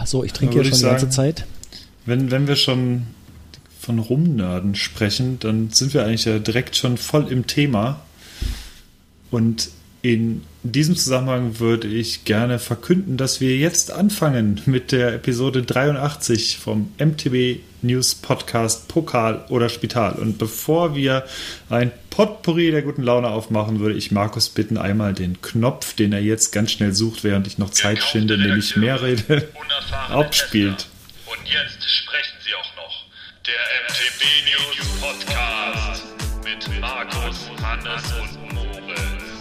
So, ich trinke ja schon die ganze Zeit. Wenn wir schon von Rumnörden sprechen, dann sind wir eigentlich ja direkt schon voll im Thema. Und in diesem Zusammenhang würde ich gerne verkünden, dass wir jetzt anfangen mit der Episode 83 vom MTB News Podcast Pokal oder Spital. Und bevor wir ein Potpourri der guten Laune aufmachen, würde ich Markus bitten, einmal den Knopf, den er jetzt ganz schnell sucht, während ich noch Zeit schinde, nämlich mehr rede, abspielt. Und jetzt sprechen Sie auch noch. Der MTB News Podcast mit Markus, Hannes und Moritz.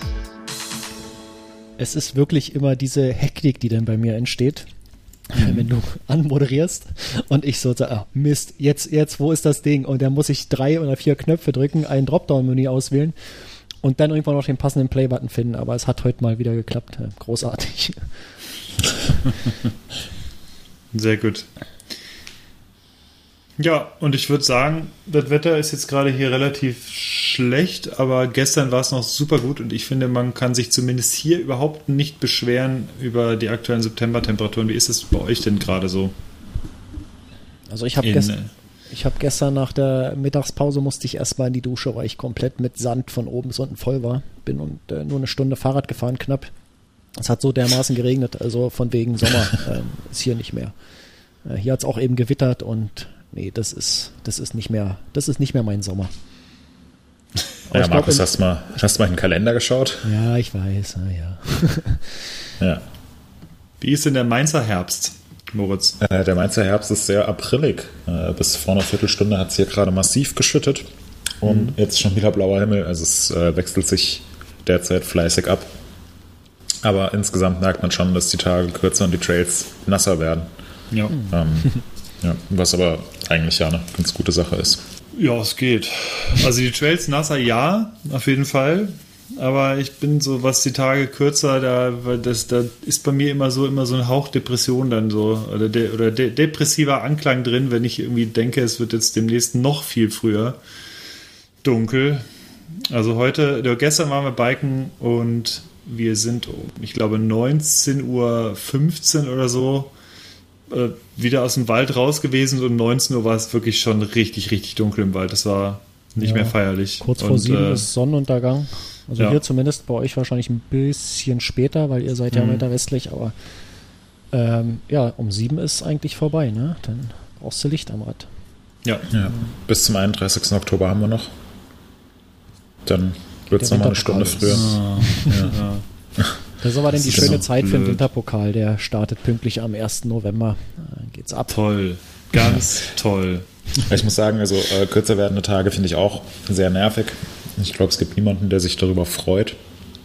Es ist wirklich immer diese Hektik, die dann bei mir entsteht, wenn du anmoderierst und ich so sage, Mist, jetzt, wo ist das Ding? Und dann muss ich 3 oder 4 Knöpfe drücken, ein Dropdown-Menü auswählen und dann irgendwann noch den passenden Play-Button finden. Aber es hat heute mal wieder geklappt. Großartig. Sehr gut. Ja, und ich würde sagen, das Wetter ist jetzt gerade hier relativ schlecht, aber gestern war es noch super gut und ich finde, man kann sich zumindest hier überhaupt nicht beschweren über die aktuellen Septembertemperaturen. Wie ist es bei euch denn gerade so? Also ich habe gestern nach der Mittagspause musste ich erstmal in die Dusche, weil ich komplett mit Sand von oben bis unten voll war. Bin und nur eine Stunde Fahrrad gefahren knapp. Es hat so dermaßen geregnet, also von wegen Sommer ist hier nicht mehr. Hier hat es auch eben gewittert und nee, das ist nicht mehr mein Sommer. Aber ja, Markus, hast du mal in den Kalender geschaut? Ja, ich weiß, ja. Ja. Wie ist denn der Mainzer Herbst, Moritz? Der Mainzer Herbst ist sehr aprillig. Bis vor einer Viertelstunde hat es hier gerade massiv geschüttet und jetzt schon wieder blauer Himmel. Also es wechselt sich derzeit fleißig ab. Aber insgesamt merkt man schon, dass die Tage kürzer und die Trails nasser werden. Ja. Ja, was aber eigentlich ja eine ganz gute Sache ist. Ja, es geht. Also die Trails nasser, ja, auf jeden Fall. Aber ich bin so, was die Tage kürzer, da ist bei mir immer so ein Hauch Depression dann so oder depressiver Anklang drin, wenn ich irgendwie denke, es wird jetzt demnächst noch viel früher dunkel. Also gestern waren wir biken und wir sind ich glaube 19:15 Uhr oder so wieder aus dem Wald raus gewesen und um 19 Uhr war es wirklich schon richtig, richtig dunkel im Wald. Das war nicht mehr feierlich. Kurz vor 7 ist Sonnenuntergang. Also hier zumindest, bei euch wahrscheinlich ein bisschen später, weil ihr seid ja weiter westlich, aber um 7 ist eigentlich vorbei, ne? Dann brauchst du Licht am Rad. Ja. Bis zum 31. Oktober haben wir noch. Dann wird es nochmal eine Stunde früher. Ja. Das ist aber dann die schöne Zeit für den Winterpokal. Der startet pünktlich am 1. November. Dann geht's ab. Toll. Ganz toll. Ich muss sagen, also kürzer werdende Tage finde ich auch sehr nervig. Ich glaube, es gibt niemanden, der sich darüber freut.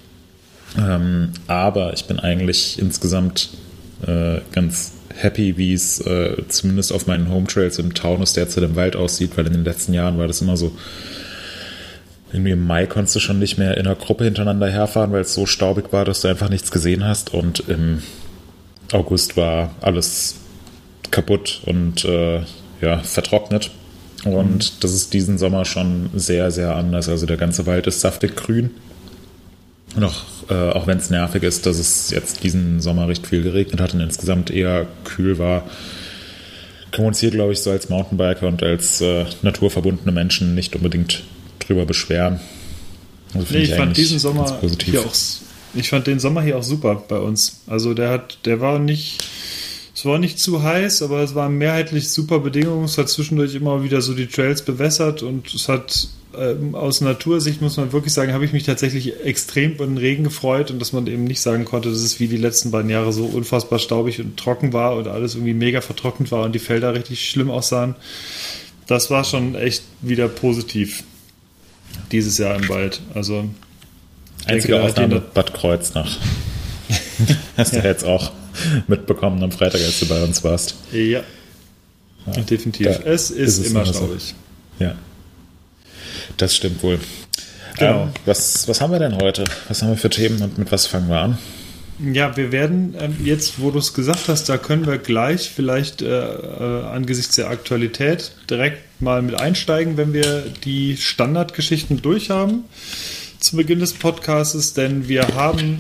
Aber ich bin eigentlich insgesamt ganz happy, wie es zumindest auf meinen Home Trails im Taunus derzeit im Wald aussieht, weil in den letzten Jahren war das immer so, irgendwie im Mai konntest du schon nicht mehr in einer Gruppe hintereinander herfahren, weil es so staubig war, dass du einfach nichts gesehen hast. Und im August war alles kaputt und vertrocknet. Und das ist diesen Sommer schon sehr, sehr anders. Also der ganze Wald ist saftig grün. Und auch wenn es nervig ist, dass es jetzt diesen Sommer recht viel geregnet hat und insgesamt eher kühl war, können wir uns hier, glaube ich, so als Mountainbiker und als naturverbundene Menschen nicht unbedingt drüber beschweren. Also ich fand diesen Sommer hier auch, ich fand den Sommer hier auch super bei uns. Also es war nicht zu heiß, aber es waren mehrheitlich super Bedingungen. Es hat zwischendurch immer wieder so die Trails bewässert und es hat aus Natursicht, muss man wirklich sagen, habe ich mich tatsächlich extrem über den Regen gefreut und dass man eben nicht sagen konnte, dass es wie die letzten beiden Jahre so unfassbar staubig und trocken war und alles irgendwie mega vertrocknet war und die Felder richtig schlimm aussahen. Das war schon echt wieder positiv dieses Jahr im Wald. Also einzige Ausnahme Bad Kreuznach. Hast du jetzt auch mitbekommen am Freitag, als du bei uns warst. Ja, definitiv. Es ist immer staubig. Ja, das stimmt wohl. Genau. Was haben wir denn heute? Was haben wir für Themen und mit was fangen wir an? Ja, wir werden jetzt, wo du es gesagt hast, da können wir gleich vielleicht angesichts der Aktualität direkt mal mit einsteigen, wenn wir die Standardgeschichten durchhaben zu Beginn des Podcasts, denn wir haben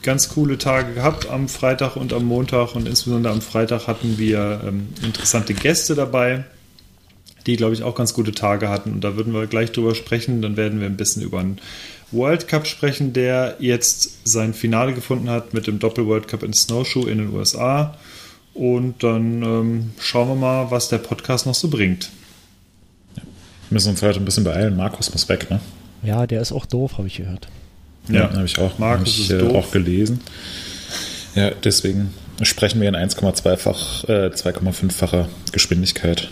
ganz coole Tage gehabt am Freitag und am Montag, und insbesondere am Freitag hatten wir interessante Gäste dabei, die, glaube ich, auch ganz gute Tage hatten, und da würden wir gleich drüber sprechen. Dann werden wir ein bisschen über einen World Cup sprechen, der jetzt sein Finale gefunden hat mit dem Doppel-World Cup in Snowshoe in den USA, und dann schauen wir mal, was der Podcast noch so bringt. Ja. Wir müssen uns heute ein bisschen beeilen. Markus muss weg, ne? Ja, der ist auch doof, habe ich gehört. Ja, habe ich auch. Markus ist doof. Auch gelesen. Ja, deswegen sprechen wir in 2,5-facher Geschwindigkeit.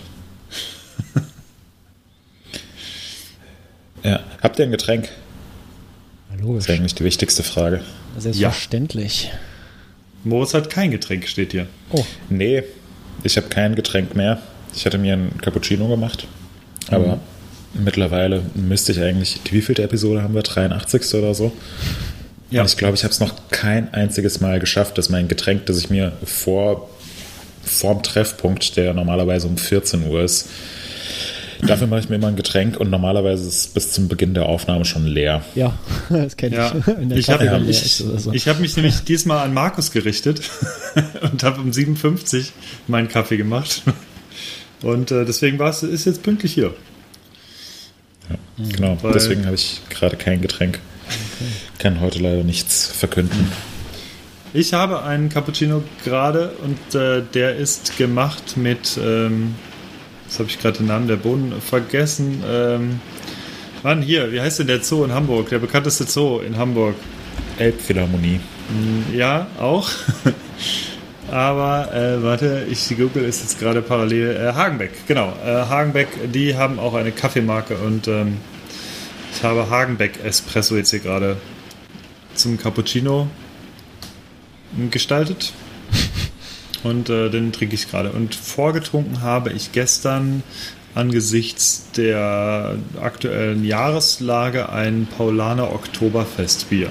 Ja, habt ihr ein Getränk? Logisch. Das ist eigentlich die wichtigste Frage. Selbstverständlich. Ja. Moritz hat kein Getränk, steht hier. Oh. Nee, ich habe kein Getränk mehr. Ich hatte mir einen Cappuccino gemacht, aber mittlerweile müsste ich eigentlich, die wievielte Episode haben wir? 83. oder so? Ja. Und ich glaube, ich habe es noch kein einziges Mal geschafft, dass mein Getränk, das ich mir vorm Treffpunkt, der normalerweise um 14 Uhr ist, dafür mache ich mir immer ein Getränk, und normalerweise ist es bis zum Beginn der Aufnahme schon leer. Ja, das kenne ich. Ja. Ich habe mich nämlich diesmal an Markus gerichtet und habe um 7:50 Uhr meinen Kaffee gemacht. Und deswegen ist jetzt pünktlich hier. Ja, genau. Deswegen habe ich gerade kein Getränk. Okay. Kann heute leider nichts verkünden. Ich habe einen Cappuccino gerade, und der ist gemacht mit... Jetzt habe ich gerade den Namen der Bohnen vergessen. Mann, hier, wie heißt denn der Zoo in Hamburg? Der bekannteste Zoo in Hamburg. Elbphilharmonie. Ja, auch. Aber, warte, ich google es jetzt gerade parallel. Hagenbeck, genau. Hagenbeck, die haben auch eine Kaffeemarke, und ich habe Hagenbeck Espresso jetzt hier gerade zum Cappuccino gestaltet. Und den trinke ich gerade. Und vorgetrunken habe ich gestern angesichts der aktuellen Jahreslage ein Paulaner Oktoberfestbier.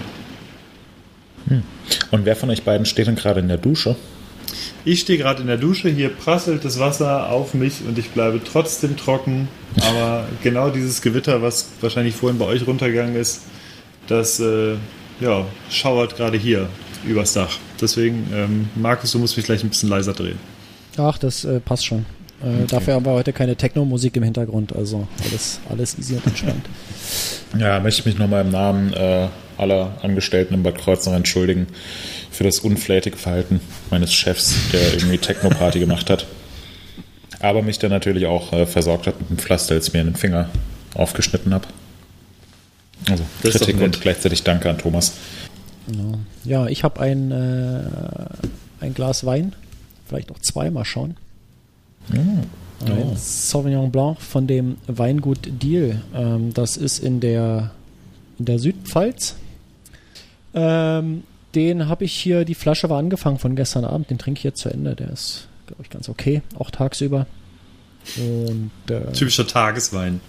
Und wer von euch beiden steht denn gerade in der Dusche? Ich stehe gerade in der Dusche. Hier prasselt das Wasser auf mich, und ich bleibe trotzdem trocken. Aber genau dieses Gewitter, was wahrscheinlich vorhin bei euch runtergegangen ist, das schauert gerade hier übers Dach. Deswegen, Markus, du musst mich gleich ein bisschen leiser drehen. Ach, das passt schon. Okay. Dafür haben wir heute keine Techno-Musik im Hintergrund, also alles easy und entspannt. Ja, möchte ich mich nochmal im Namen aller Angestellten im Bad Kreuznach entschuldigen für das unflätige Verhalten meines Chefs, der irgendwie Techno-Party gemacht hat. Aber mich dann natürlich auch versorgt hat mit einem Pflaster, als ich mir den Finger aufgeschnitten habe. Also das Kritik und gleichzeitig Danke an Thomas. Ja, ich habe ein Glas Wein, vielleicht auch zwei, mal schauen. Ein Sauvignon Blanc von dem Weingut Deal. Das ist in der Südpfalz. Den habe ich hier, die Flasche war angefangen von gestern Abend, den trinke ich jetzt zu Ende. Der ist, glaube ich, ganz okay, auch tagsüber. Und, typischer Tageswein.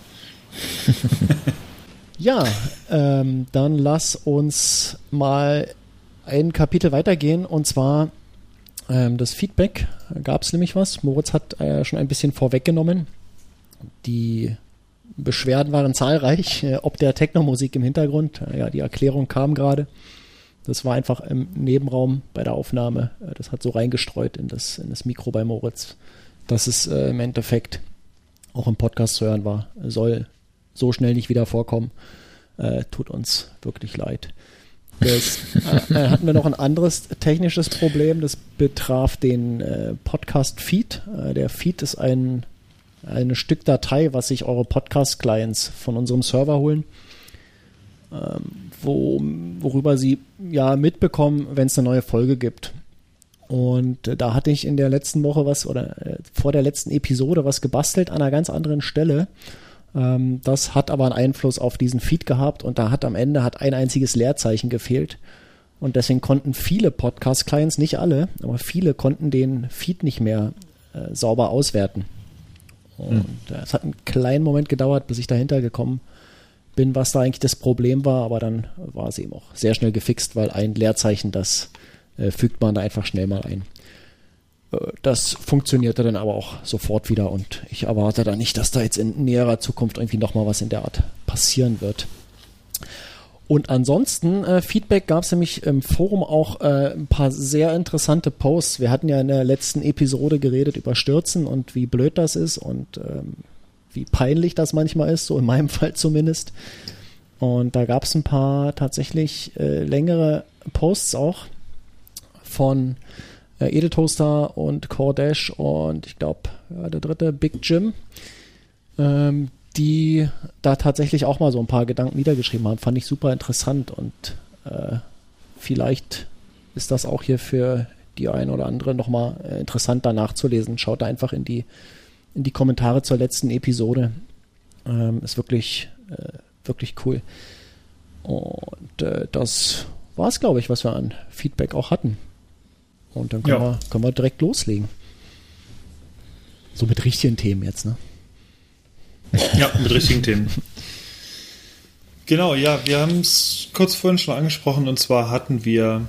Ja, dann lass uns mal ein Kapitel weitergehen, und zwar das Feedback. Da gab es nämlich was. Moritz hat schon ein bisschen vorweggenommen. Die Beschwerden waren zahlreich, ob der Techno-Musik im Hintergrund. Ja, die Erklärung kam gerade. Das war einfach im Nebenraum bei der Aufnahme. Das hat so reingestreut in das Mikro bei Moritz, dass es im Endeffekt auch im Podcast zu hören war. Soll so schnell nicht wieder vorkommen. Tut uns wirklich leid. Hatten wir noch ein anderes technisches Problem, das betraf den Podcast-Feed. Der Feed ist ein Stück Datei, was sich eure Podcast-Clients von unserem Server holen, worüber sie ja mitbekommen, wenn es eine neue Folge gibt. Und da hatte ich in der letzten Woche vor der letzten Episode was gebastelt an einer ganz anderen Stelle. Das hat aber einen Einfluss auf diesen Feed gehabt, und da hat am Ende ein einziges Leerzeichen gefehlt. Und deswegen konnten viele Podcast-Clients, nicht alle, aber viele konnten den Feed nicht mehr sauber auswerten. Und es hat einen kleinen Moment gedauert, bis ich dahinter gekommen bin, was da eigentlich das Problem war, aber dann war es eben auch sehr schnell gefixt, weil ein Leerzeichen, das fügt man da einfach schnell mal ein. Das funktionierte dann aber auch sofort wieder, und ich erwarte da nicht, dass da jetzt in näherer Zukunft irgendwie nochmal was in der Art passieren wird. Und ansonsten, Feedback gab es nämlich im Forum auch ein paar sehr interessante Posts. Wir hatten ja in der letzten Episode geredet über Stürzen und wie blöd das ist und wie peinlich das manchmal ist, so in meinem Fall zumindest. Und da gab es ein paar tatsächlich längere Posts auch von Edeltoaster und Cordash und ich glaube, der dritte, Big Jim, die da tatsächlich auch mal so ein paar Gedanken niedergeschrieben haben. Fand ich super interessant und vielleicht ist das auch hier für die ein oder andere nochmal interessant da nachzulesen. Schaut da einfach in die Kommentare zur letzten Episode. Ist wirklich cool. Und das war es, glaube ich, was wir an Feedback auch hatten. Und dann können wir direkt loslegen. So mit richtigen Themen jetzt, ne? Ja, mit richtigen Themen. Genau, ja, wir haben es kurz vorhin schon angesprochen und zwar hatten wir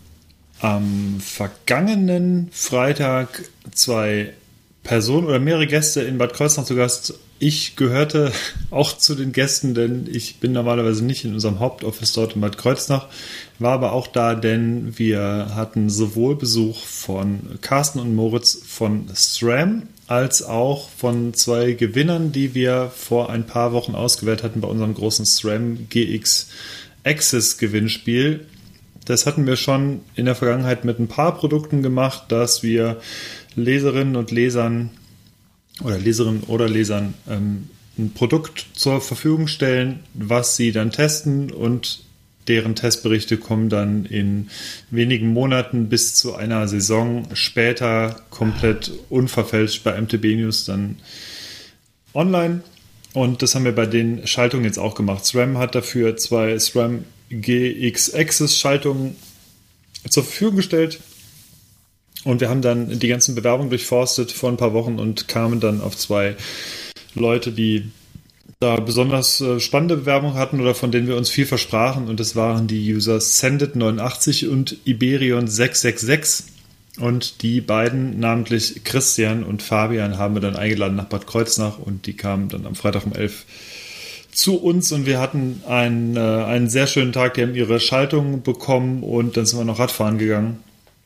am vergangenen Freitag 2 Personen oder mehrere Gäste in Bad Kreuznach zu Gast. Ich gehörte auch zu den Gästen, denn ich bin normalerweise nicht in unserem Hauptoffice dort in Bad Kreuznach, war aber auch da, denn wir hatten sowohl Besuch von Carsten und Moritz von SRAM als auch von 2 Gewinnern, die wir vor ein paar Wochen ausgewählt hatten bei unserem großen SRAM GX Access Gewinnspiel. Das hatten wir schon in der Vergangenheit mit ein paar Produkten gemacht, dass wir Leserinnen und Lesern oder Leserinnen oder Lesern ein Produkt zur Verfügung stellen, was sie dann testen und deren Testberichte kommen dann in wenigen Monaten bis zu einer Saison später komplett unverfälscht bei MTB News dann online. Und das haben wir bei den Schaltungen jetzt auch gemacht. SRAM hat dafür 2 SRAM GX Access Schaltungen zur Verfügung gestellt. Und wir haben dann die ganzen Bewerbungen durchforstet vor ein paar Wochen und kamen dann auf 2 Leute, die da besonders spannende Bewerbungen hatten oder von denen wir uns viel versprachen. Und das waren die User Sendit89 und Iberion666. Und die beiden, namentlich Christian und Fabian, haben wir dann eingeladen nach Bad Kreuznach und die kamen dann am Freitag um 11 zu uns und wir hatten einen sehr schönen Tag. Die haben ihre Schaltung bekommen und dann sind wir noch Radfahren gegangen.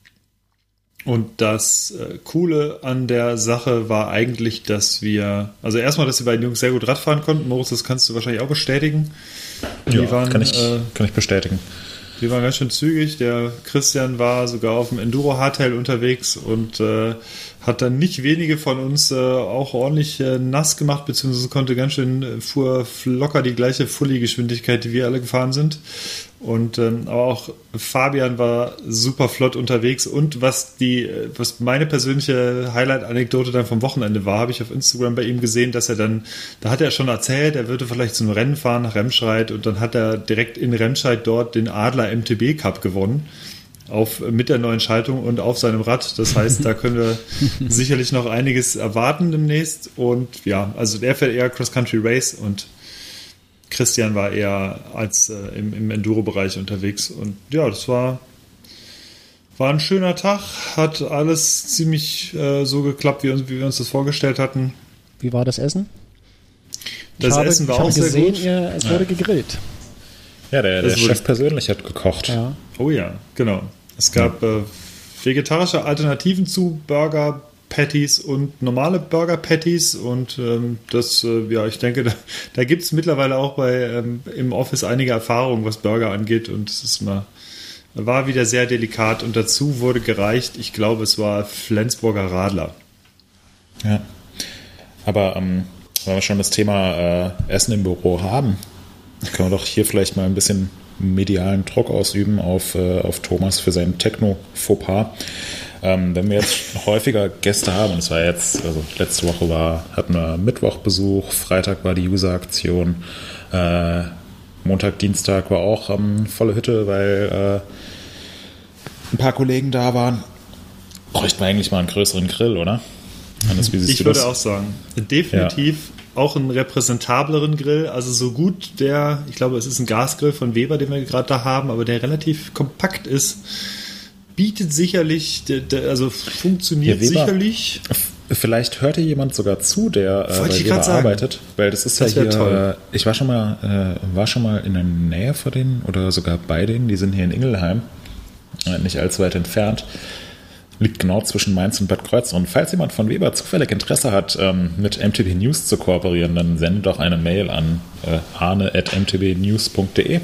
Und das Coole an der Sache war eigentlich, dass die beiden Jungs sehr gut Radfahren konnten. Moritz, das kannst du wahrscheinlich auch bestätigen. Kann ich bestätigen. Die waren ganz schön zügig. Der Christian war sogar auf dem Enduro Hardtail unterwegs und hat dann nicht wenige von uns auch ordentlich nass gemacht, beziehungsweise fuhr locker die gleiche Fully-Geschwindigkeit, die wir alle gefahren sind. Und aber auch Fabian war super flott unterwegs und was meine persönliche Highlight-Anekdote dann vom Wochenende war, habe ich auf Instagram bei ihm gesehen, dass da hat er schon erzählt, er würde vielleicht zum Rennen fahren nach Remscheid und dann hat er direkt in Remscheid dort den Adler MTB Cup gewonnen. Mit der neuen Schaltung und auf seinem Rad. Das heißt, da können wir sicherlich noch einiges erwarten demnächst. Und ja, also er fährt eher Cross-Country Race und Christian war eher als im Enduro-Bereich unterwegs. Und ja, das war ein schöner Tag. Hat alles ziemlich so geklappt, wie wir uns das vorgestellt hatten. Wie war das Essen? Das Essen war auch sehr gut. Es wurde gegrillt. Ja, der Chef persönlich hat gekocht. Ja. Oh ja, genau. Es gab vegetarische Alternativen zu Burger Patties und normale Burger Patties und ich denke, da gibt es mittlerweile auch im Office einige Erfahrungen, was Burger angeht und es war wieder sehr delikat und dazu wurde gereicht, ich glaube, es war Flensburger Radler. Ja, aber wenn wir schon das Thema Essen im Büro haben, können wir doch hier vielleicht mal ein bisschen medialen Druck ausüben auf Thomas für seinen Techno-Fauxpas. Wenn wir jetzt häufiger Gäste haben, und es war jetzt, also letzte Woche hatten wir Mittwochbesuch, Freitag war die User-Aktion, Montag, Dienstag war auch volle Hütte, weil ein paar Kollegen da waren. Bräuchten wir eigentlich mal einen größeren Grill, oder? Hannes, wie siehst du das? Ich würde auch sagen, definitiv auch einen repräsentableren Grill, also so gut ich glaube, es ist ein Gasgrill von Weber, den wir gerade da haben, aber der relativ kompakt ist, bietet sicherlich, also funktioniert Weber, sicherlich. Vielleicht hört hier jemand sogar zu, der bei Weber arbeitet, weil das ist das ja hier. Toll. Ich war schon mal in der Nähe von denen oder sogar bei denen. Die sind hier in Ingelheim, nicht allzu weit entfernt. Liegt genau zwischen Mainz und Bad Kreuznach. Und falls jemand von Weber zufällig Interesse hat, mit MTB News zu kooperieren, dann sendet doch eine Mail an arne@mtbnews.de.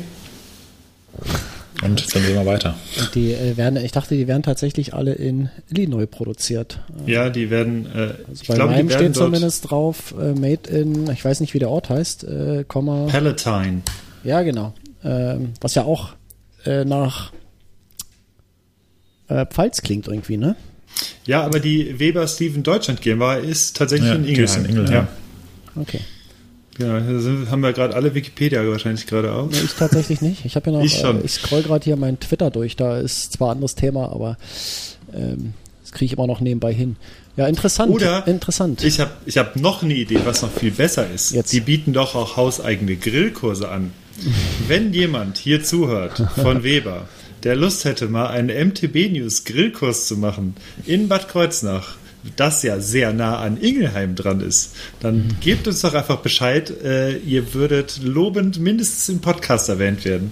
Und dann gehen wir weiter. Und ich dachte, die werden tatsächlich alle in Illinois produziert. Ja, die werden, bei meinem steht zumindest drauf, made in, ich weiß nicht, wie der Ort heißt, Palatine. Ja, genau. Was ja auch nach Pfalz klingt irgendwie, ne? Ja, aber die Weber Steven Deutschland GmbH ist tatsächlich in Ingelheim. Ja. Okay. Ja, haben wir gerade alle Wikipedia wahrscheinlich gerade auf. Nee, ich tatsächlich nicht. Ich habe ja noch, ich scroll gerade hier meinen Twitter durch, da ist zwar ein anderes Thema, aber das kriege ich immer noch nebenbei hin. Ja, interessant. Oder interessant. Ich hab noch eine Idee, was noch viel besser ist. Jetzt. Die bieten doch auch hauseigene Grillkurse an. Wenn jemand hier zuhört von Weber, der Lust hätte, mal einen MTB News Grillkurs zu machen in Bad Kreuznach, das ja sehr nah an Ingelheim dran ist, dann gebt uns doch einfach Bescheid, ihr würdet lobend mindestens im Podcast erwähnt werden.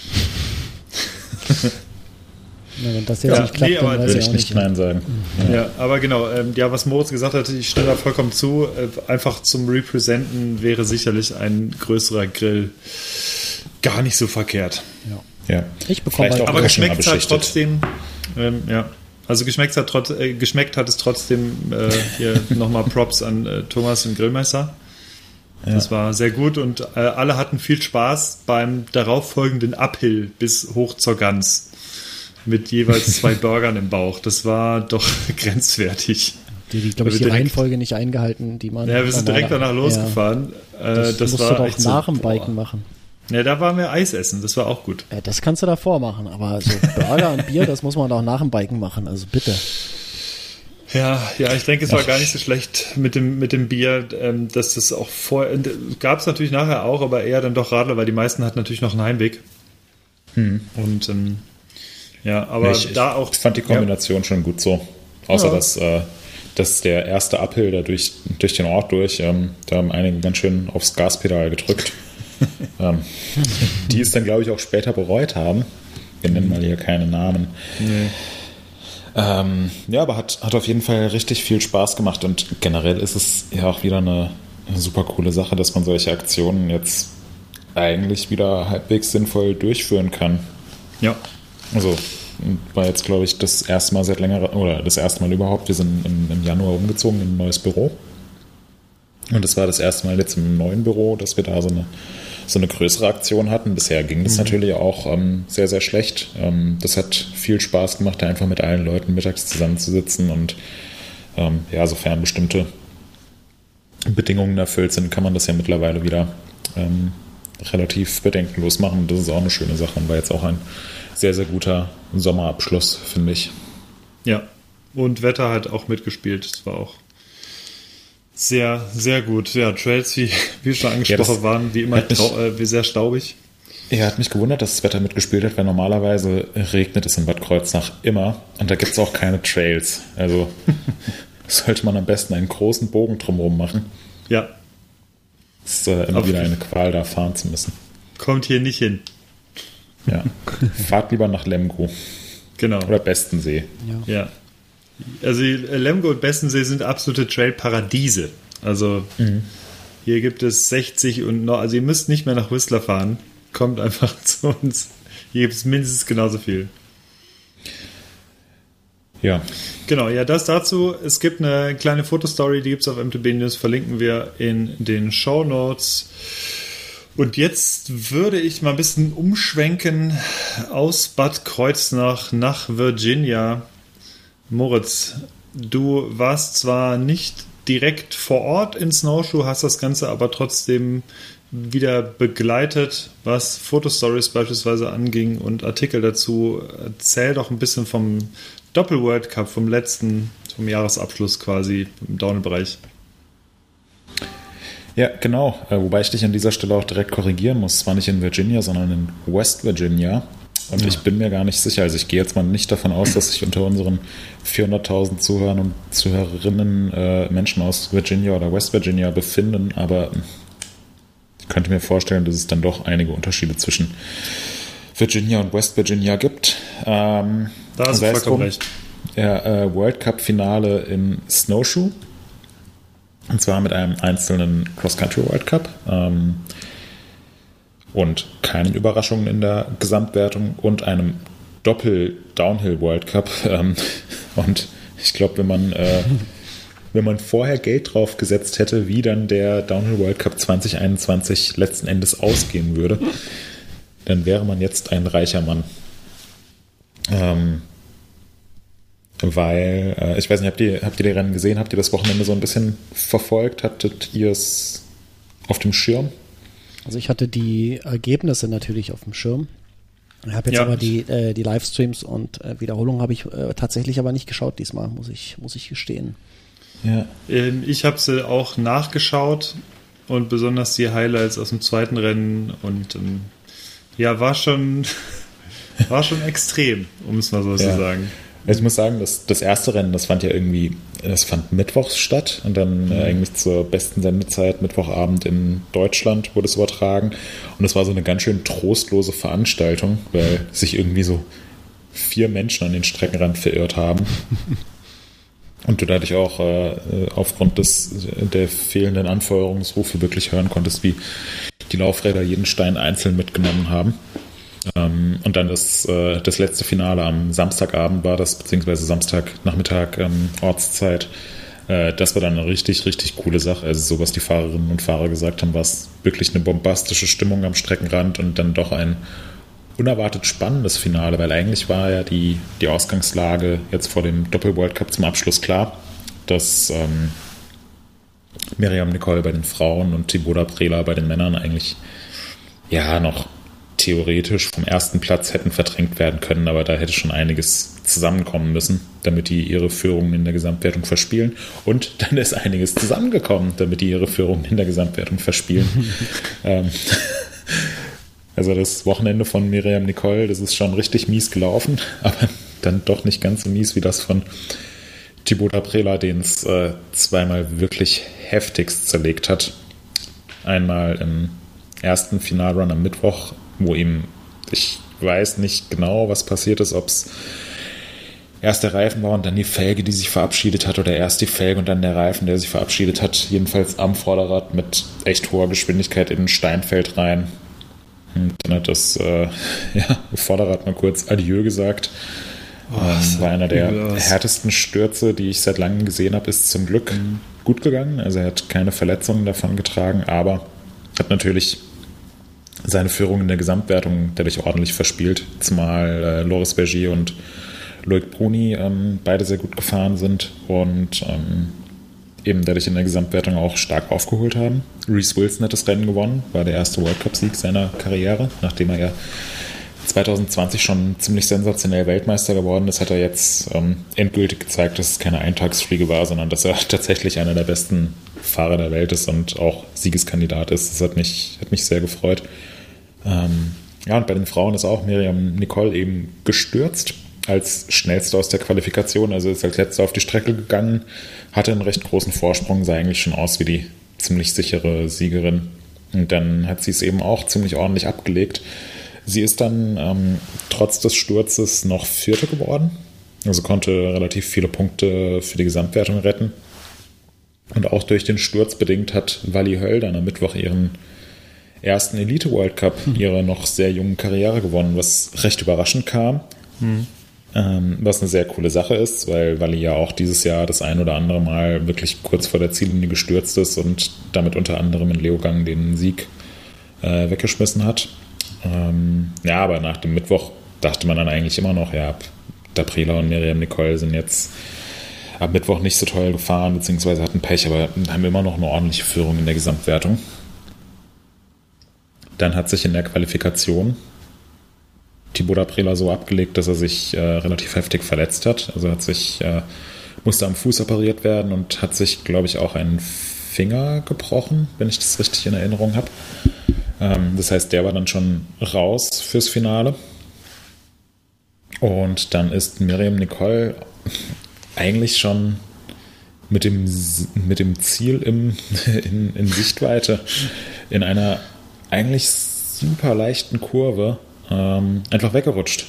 Na, wenn das jetzt nicht klappt, dann würde ich nicht Nein sagen. Ja, aber genau, was Moritz gesagt hat, ich stimme da vollkommen zu, einfach zum Representen wäre sicherlich ein größerer Grill gar nicht so verkehrt. Ja. Ich bekomme halt, aber geschmeckt hat trotzdem, also geschmeckt hat es trotzdem, hier nochmal Props an Thomas und Grillmeister. Ja. Das war sehr gut und alle hatten viel Spaß beim darauffolgenden Uphill bis hoch zur Gans mit jeweils 2 Burgern im Bauch. Das war doch grenzwertig. Die glaube ich, die Reihenfolge nicht eingehalten, die man... Ja, wir sind direkt danach losgefahren. Das musst war du doch nach dem Biken machen. Ja, da waren wir Eis essen, das war auch gut. Ja, das kannst du davor machen, aber so Burger und Bier, das muss man doch nach dem Biken machen, also bitte. Ja, ich denke, es war gar nicht so schlecht mit dem Bier, dass das auch vorher, gab es natürlich nachher auch, aber eher dann doch Radler, weil die meisten hatten natürlich noch einen Heimweg. Und aber ich fand die Kombination schon gut so. Außer dass der erste Uphill da durch den Ort da haben einige ganz schön aufs Gaspedal gedrückt. Die es dann, glaube ich, auch später bereut haben. Wir nennen mal hier keine Namen. Nee. Aber hat auf jeden Fall richtig viel Spaß gemacht und generell ist es ja auch wieder eine super coole Sache, dass man solche Aktionen jetzt eigentlich wieder halbwegs sinnvoll durchführen kann. Ja. Also war jetzt, glaube ich, das erste Mal seit längerer, oder das erste Mal überhaupt. Wir sind im Januar umgezogen in ein neues Büro. Und das war das erste Mal jetzt im neuen Büro, dass wir da so eine größere Aktion hatten. Bisher ging das natürlich auch sehr, sehr schlecht. Das hat viel Spaß gemacht, da einfach mit allen Leuten mittags zusammenzusitzen und sofern bestimmte Bedingungen erfüllt sind, kann man das ja mittlerweile wieder relativ bedenkenlos machen. Das ist auch eine schöne Sache und war jetzt auch ein sehr, sehr guter Sommerabschluss, finde ich. Ja, und Wetter hat auch mitgespielt. Das war auch sehr, sehr gut. Ja, Trails, wie schon angesprochen, waren wie immer wie sehr staubig. Ja, hat mich gewundert, dass das Wetter mitgespielt hat, weil normalerweise regnet es in Bad Kreuznach immer und da gibt es auch keine Trails. Also sollte man am besten einen großen Bogen drumherum machen. Ja. Es ist immer wieder eine Qual, da fahren zu müssen. Kommt hier nicht hin. Ja, fahrt lieber nach Lemgo. Genau. Oder Bestensee. Ja. Also Lemgo und Bestensee sind absolute Trail-Paradiese. Also hier gibt es 60 und noch, also ihr müsst nicht mehr nach Whistler fahren. Kommt einfach zu uns. Hier gibt es mindestens genauso viel. Ja. Genau, ja, das dazu. Es gibt eine kleine Fotostory, die gibt es auf MTB News, verlinken wir in den Shownotes. Und jetzt würde ich mal ein bisschen umschwenken aus Bad Kreuznach nach Virginia. Moritz, du warst zwar nicht direkt vor Ort in Snowshoe, hast das Ganze aber trotzdem wieder begleitet, was Fotostories beispielsweise anging und Artikel dazu. Erzähl doch ein bisschen vom Doppel-World Cup, vom Jahresabschluss quasi im Downhill-Bereich. Ja, genau. Wobei ich dich an dieser Stelle auch direkt korrigieren muss. Es war nicht in Virginia, sondern in West Virginia. Und ich bin mir gar nicht sicher, also ich gehe jetzt mal nicht davon aus, dass sich unter unseren 400.000 Zuhörern und Zuhörerinnen Menschen aus Virginia oder West Virginia befinden, aber ich könnte mir vorstellen, dass es dann doch einige Unterschiede zwischen Virginia und West Virginia gibt. Da hast du vollkommen recht. Ja, World Cup Finale in Snowshoe. Und zwar mit einem einzelnen Cross-Country World Cup. Und keinen Überraschungen in der Gesamtwertung und einem Doppel-Downhill World Cup. Und ich glaube, wenn man vorher Geld drauf gesetzt hätte, wie dann der Downhill World Cup 2021 letzten Endes ausgehen würde, dann wäre man jetzt ein reicher Mann. Weil, ich weiß nicht, habt ihr die Rennen gesehen? Habt ihr das Wochenende so ein bisschen verfolgt? Hattet ihr es auf dem Schirm? Also ich hatte die Ergebnisse natürlich auf dem Schirm. Ich habe jetzt aber die Livestreams und Wiederholungen habe ich tatsächlich aber nicht geschaut diesmal, muss ich gestehen. Ja. Ich habe sie auch nachgeschaut und besonders die Highlights aus dem zweiten Rennen und war schon extrem, um es mal so zu sagen. Ich muss sagen, das erste Rennen, das fand mittwochs statt und dann eigentlich zur besten Sendezeit Mittwochabend in Deutschland wurde es übertragen und es war so eine ganz schön trostlose Veranstaltung, weil sich irgendwie so 4 Menschen an den Streckenrand verirrt haben und du dadurch auch aufgrund der fehlenden Anfeuerungsrufe wirklich hören konntest, wie die Laufräder jeden Stein einzeln mitgenommen haben. Und dann das letzte Finale am Samstagabend war das, beziehungsweise Samstagnachmittag Ortszeit. Das war dann eine richtig, richtig coole Sache. Also so, was die Fahrerinnen und Fahrer gesagt haben, war es wirklich eine bombastische Stimmung am Streckenrand und dann doch ein unerwartet spannendes Finale, weil eigentlich war ja die Ausgangslage jetzt vor dem Doppel-World Cup zum Abschluss klar, dass Miriam Nicol bei den Frauen und Tiboda Prela bei den Männern eigentlich noch theoretisch vom ersten Platz hätten verdrängt werden können, aber da hätte schon einiges zusammenkommen müssen, damit die ihre Führung in der Gesamtwertung verspielen. Und dann ist einiges zusammengekommen, damit die ihre Führung in der Gesamtwertung verspielen. Also das Wochenende von Miriam Nicol, das ist schon richtig mies gelaufen, aber dann doch nicht ganz so mies wie das von Tiboda Prela, den es zweimal wirklich heftigst zerlegt hat. Einmal im ersten Finalrun am Mittwoch, wo ihm, ich weiß nicht genau, was passiert ist, ob es erst der Reifen war und dann die Felge, die sich verabschiedet hat, oder erst die Felge und dann der Reifen, der sich verabschiedet hat. Jedenfalls am Vorderrad mit echt hoher Geschwindigkeit in ein Steinfeld rein. Und dann hat das Vorderrad mal kurz Adieu gesagt. War einer der härtesten Stürze, die ich seit langem gesehen habe, ist zum Glück gut gegangen. Also er hat keine Verletzungen davon getragen, aber hat natürlich seine Führung in der Gesamtwertung dadurch ordentlich verspielt, zumal Loris Bergier und Loic Bruni beide sehr gut gefahren sind und eben dadurch in der Gesamtwertung auch stark aufgeholt haben. Reece Wilson hat das Rennen gewonnen, war der erste World Cup-Sieg seiner Karriere, nachdem er ja 2020 schon ziemlich sensationell Weltmeister geworden ist, hat er jetzt endgültig gezeigt, dass es keine Eintagsfliege war, sondern dass er tatsächlich einer der besten Fahrer der Welt ist und auch Siegeskandidat ist. Das hat mich sehr gefreut. Und bei den Frauen ist auch Miriam Nicol eben gestürzt als schnellste aus der Qualifikation, also ist als letzte auf die Strecke gegangen, hatte einen recht großen Vorsprung, sah eigentlich schon aus wie die ziemlich sichere Siegerin. Und dann hat sie es eben auch ziemlich ordentlich abgelegt. Sie ist dann trotz des Sturzes noch Vierte geworden, also konnte relativ viele Punkte für die Gesamtwertung retten. Und auch durch den Sturz bedingt hat Wally Höll dann am Mittwoch ihren ersten Elite-World Cup ihrer noch sehr jungen Karriere gewonnen, was recht überraschend kam. Was eine sehr coole Sache ist, weil Wally ja auch dieses Jahr das ein oder andere Mal wirklich kurz vor der Ziellinie gestürzt ist und damit unter anderem in Leogang den Sieg weggeschmissen hat. Aber nach dem Mittwoch dachte man dann eigentlich immer noch, Prela und Miriam Nicol sind jetzt am Mittwoch nicht so toll gefahren, beziehungsweise hatten Pech, aber haben immer noch eine ordentliche Führung in der Gesamtwertung. Dann hat sich in der Qualifikation Tiboda Prela so abgelegt, dass er sich relativ heftig verletzt hat. Also musste am Fuß operiert werden und hat sich, glaube ich, auch einen Finger gebrochen, wenn ich das richtig in Erinnerung habe. Das heißt, der war dann schon raus fürs Finale. Und dann ist Miriam Nicole eigentlich schon mit dem Ziel in Sichtweite in einer eigentlich super leichten Kurve einfach weggerutscht.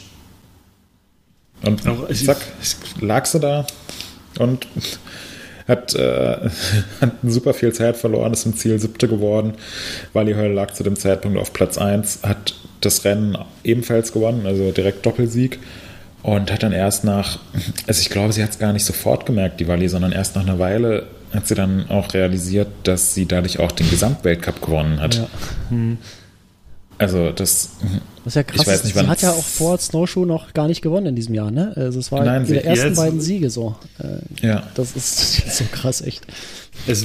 Und zack, lag sie da und hat super viel Zeit verloren, ist im Ziel 7. geworden. Wally Höll lag zu dem Zeitpunkt auf Platz 1, hat das Rennen ebenfalls gewonnen, also direkt Doppelsieg. Und hat dann erst ich glaube, sie hat es gar nicht sofort gemerkt, die Wally, sondern erst nach einer Weile hat sie dann auch realisiert, dass sie dadurch auch den Gesamtweltcup gewonnen hat. Ja. Also das ist ja krass. Ich weiß nicht, sie hat ja auch vor Snowshoe noch gar nicht gewonnen in diesem Jahr, ne? Also es war die ersten beiden Siege so. Ja. Das ist so krass, echt. Es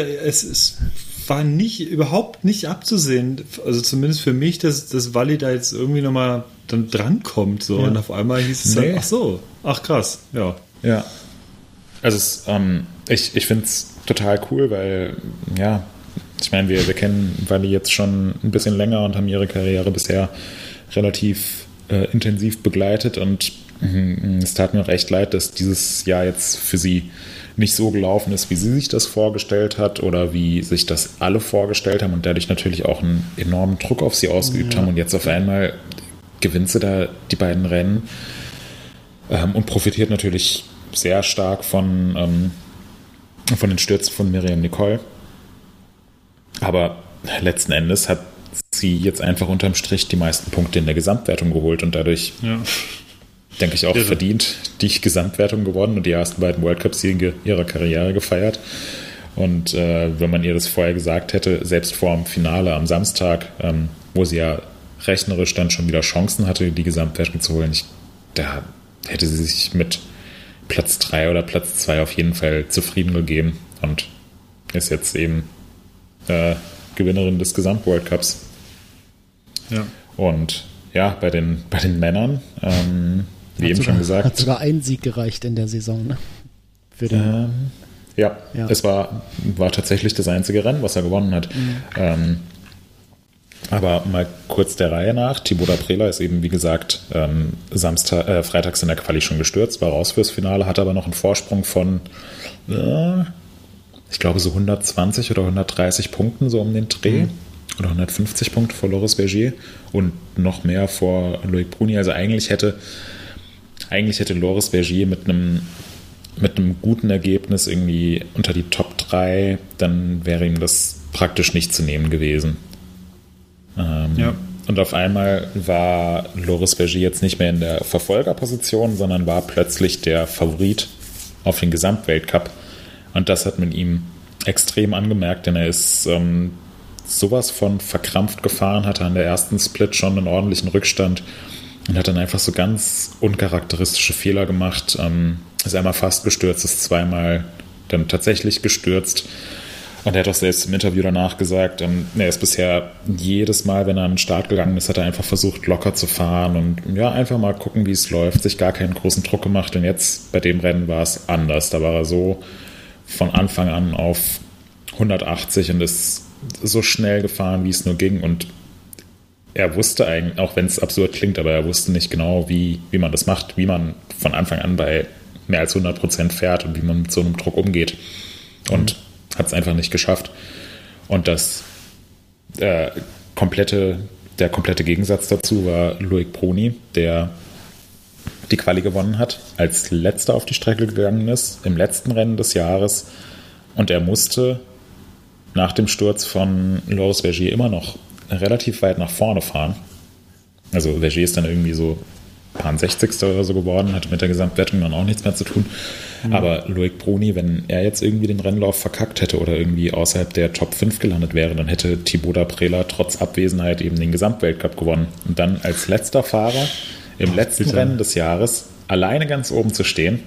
war überhaupt nicht abzusehen, also zumindest für mich, dass Wally da jetzt irgendwie nochmal dann drankommt, so. Ja. Und auf einmal hieß es dann, ach krass, ja. Ja. Also ich finde es total cool, weil, ja, ich meine, wir kennen Wally jetzt schon ein bisschen länger und haben ihre Karriere bisher relativ intensiv begleitet und es tat mir auch echt leid, dass dieses Jahr jetzt für sie nicht so gelaufen ist, wie sie sich das vorgestellt hat oder wie sich das alle vorgestellt haben und dadurch natürlich auch einen enormen Druck auf sie ausgeübt haben und jetzt auf einmal gewinnt sie da die beiden Rennen und profitiert natürlich sehr stark von den Stürzen von Miriam Nicole. Aber letzten Endes hat sie jetzt einfach unterm Strich die meisten Punkte in der Gesamtwertung geholt und dadurch, denke ich, auch verdient die Gesamtwertung gewonnen und die ersten beiden World Cup-Siege ihrer Karriere gefeiert. Und wenn man ihr das vorher gesagt hätte, selbst vor dem Finale am Samstag, wo sie ja rechnerisch dann schon wieder Chancen hatte, die Gesamtwertung zu holen, da hätte sie sich mit Platz 3 oder Platz 2 auf jeden Fall zufrieden gegeben und ist jetzt eben Gewinnerin des Gesamt-World Cups. Ja. Und ja, bei den Männern, wie eben schon gesagt. Hat sogar ein Sieg gereicht in der Saison, ne? Für den ja, es war tatsächlich das einzige Rennen, was er gewonnen hat. Aber mal kurz der Reihe nach. Thibaut Abrela ist eben, wie gesagt, freitags in der Quali schon gestürzt, war raus fürs Finale, hat aber noch einen Vorsprung von ich glaube so 120 oder 130 Punkten so um den Dreh oder 150 Punkte vor Loris Bergier und noch mehr vor Loic Bruni. Also eigentlich hätte Loris Bergier mit einem guten Ergebnis irgendwie unter die Top 3, dann wäre ihm das praktisch nicht zu nehmen gewesen. Und auf einmal war Loris Bergier jetzt nicht mehr in der Verfolgerposition, sondern war plötzlich der Favorit auf den Gesamtweltcup. Und das hat man ihm extrem angemerkt, denn er ist sowas von verkrampft gefahren, hatte an der ersten Split schon einen ordentlichen Rückstand und hat dann einfach so ganz uncharakteristische Fehler gemacht. Ist einmal fast gestürzt, ist zweimal dann tatsächlich gestürzt. Und er hat auch selbst im Interview danach gesagt, er ist bisher jedes Mal, wenn er an den Start gegangen ist, hat er einfach versucht, locker zu fahren und ja, einfach mal gucken, wie es läuft, sich gar keinen großen Druck gemacht. Und jetzt bei dem Rennen war es anders. Da war er so von Anfang an auf 180 und ist so schnell gefahren, wie es nur ging. Und er wusste eigentlich, auch wenn es absurd klingt, aber er wusste nicht genau, wie man das macht, wie man von Anfang an bei mehr als 100% fährt und wie man mit so einem Druck umgeht. Und hat es einfach nicht geschafft. Und der komplette Gegensatz dazu war Loic Bruni, der die Quali gewonnen hat, als letzter auf die Strecke gegangen ist, im letzten Rennen des Jahres. Und er musste nach dem Sturz von Loris Bergier immer noch relativ weit nach vorne fahren. Also Bergier ist dann irgendwie so 60. oder so geworden, hatte mit der Gesamtwertung dann auch nichts mehr zu tun. Aber Loic Bruni, wenn er jetzt irgendwie den Rennlauf verkackt hätte oder irgendwie außerhalb der Top 5 gelandet wäre, dann hätte Thibaut Abrela trotz Abwesenheit eben den Gesamtweltcup gewonnen. Und dann als letzter Fahrer im letzten Rennen des Jahres alleine ganz oben zu stehen.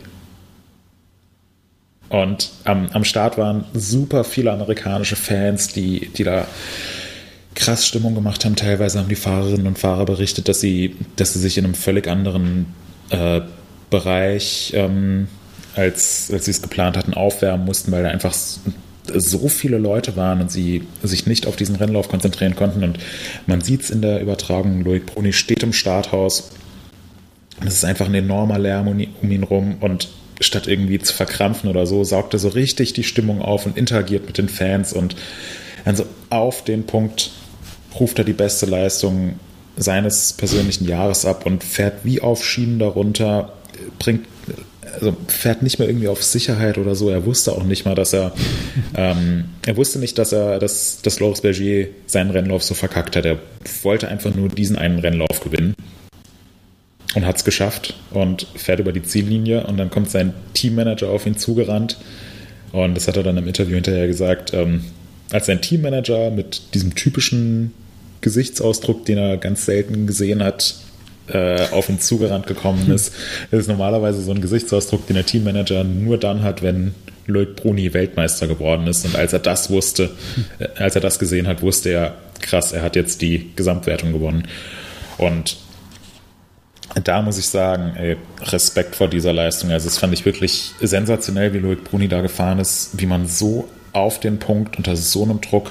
Und am Start waren super viele amerikanische Fans, die da krass Stimmung gemacht haben. Teilweise haben die Fahrerinnen und Fahrer berichtet, dass sie sich in einem völlig anderen Bereich, als sie es geplant hatten, aufwärmen mussten, weil da einfach so viele Leute waren und sie sich nicht auf diesen Rennlauf konzentrieren konnten. Und man sieht es in der Übertragung, Loic Bruni steht im Starthaus es ist einfach ein enormer Lärm um ihn rum und statt irgendwie zu verkrampfen oder so, saugt er so richtig die Stimmung auf und interagiert mit den Fans und also auf den Punkt ruft er die beste Leistung seines persönlichen Jahres ab und fährt wie auf Schienen darunter, fährt nicht mehr irgendwie auf Sicherheit oder so. Er wusste auch nicht mal, dass er wusste nicht, dass Loris Bergier seinen Rennlauf so verkackt hat. Er wollte einfach nur diesen einen Rennlauf gewinnen und hat es geschafft und fährt über die Ziellinie und dann kommt sein Teammanager auf ihn zugerannt und das hat er dann im Interview hinterher gesagt, als sein Teammanager mit diesem typischen Gesichtsausdruck, den er ganz selten gesehen hat, auf ihn zugerannt gekommen ist. Das ist normalerweise so ein Gesichtsausdruck, den der Teammanager nur dann hat, wenn Loic Bruni Weltmeister geworden ist. Und als er das gesehen hat, wusste er, krass, er hat jetzt die Gesamtwertung gewonnen. Und da muss ich sagen, Respekt vor dieser Leistung. Also das fand ich wirklich sensationell, wie Loic Bruni da gefahren ist, wie man so auf den Punkt unter so einem Druck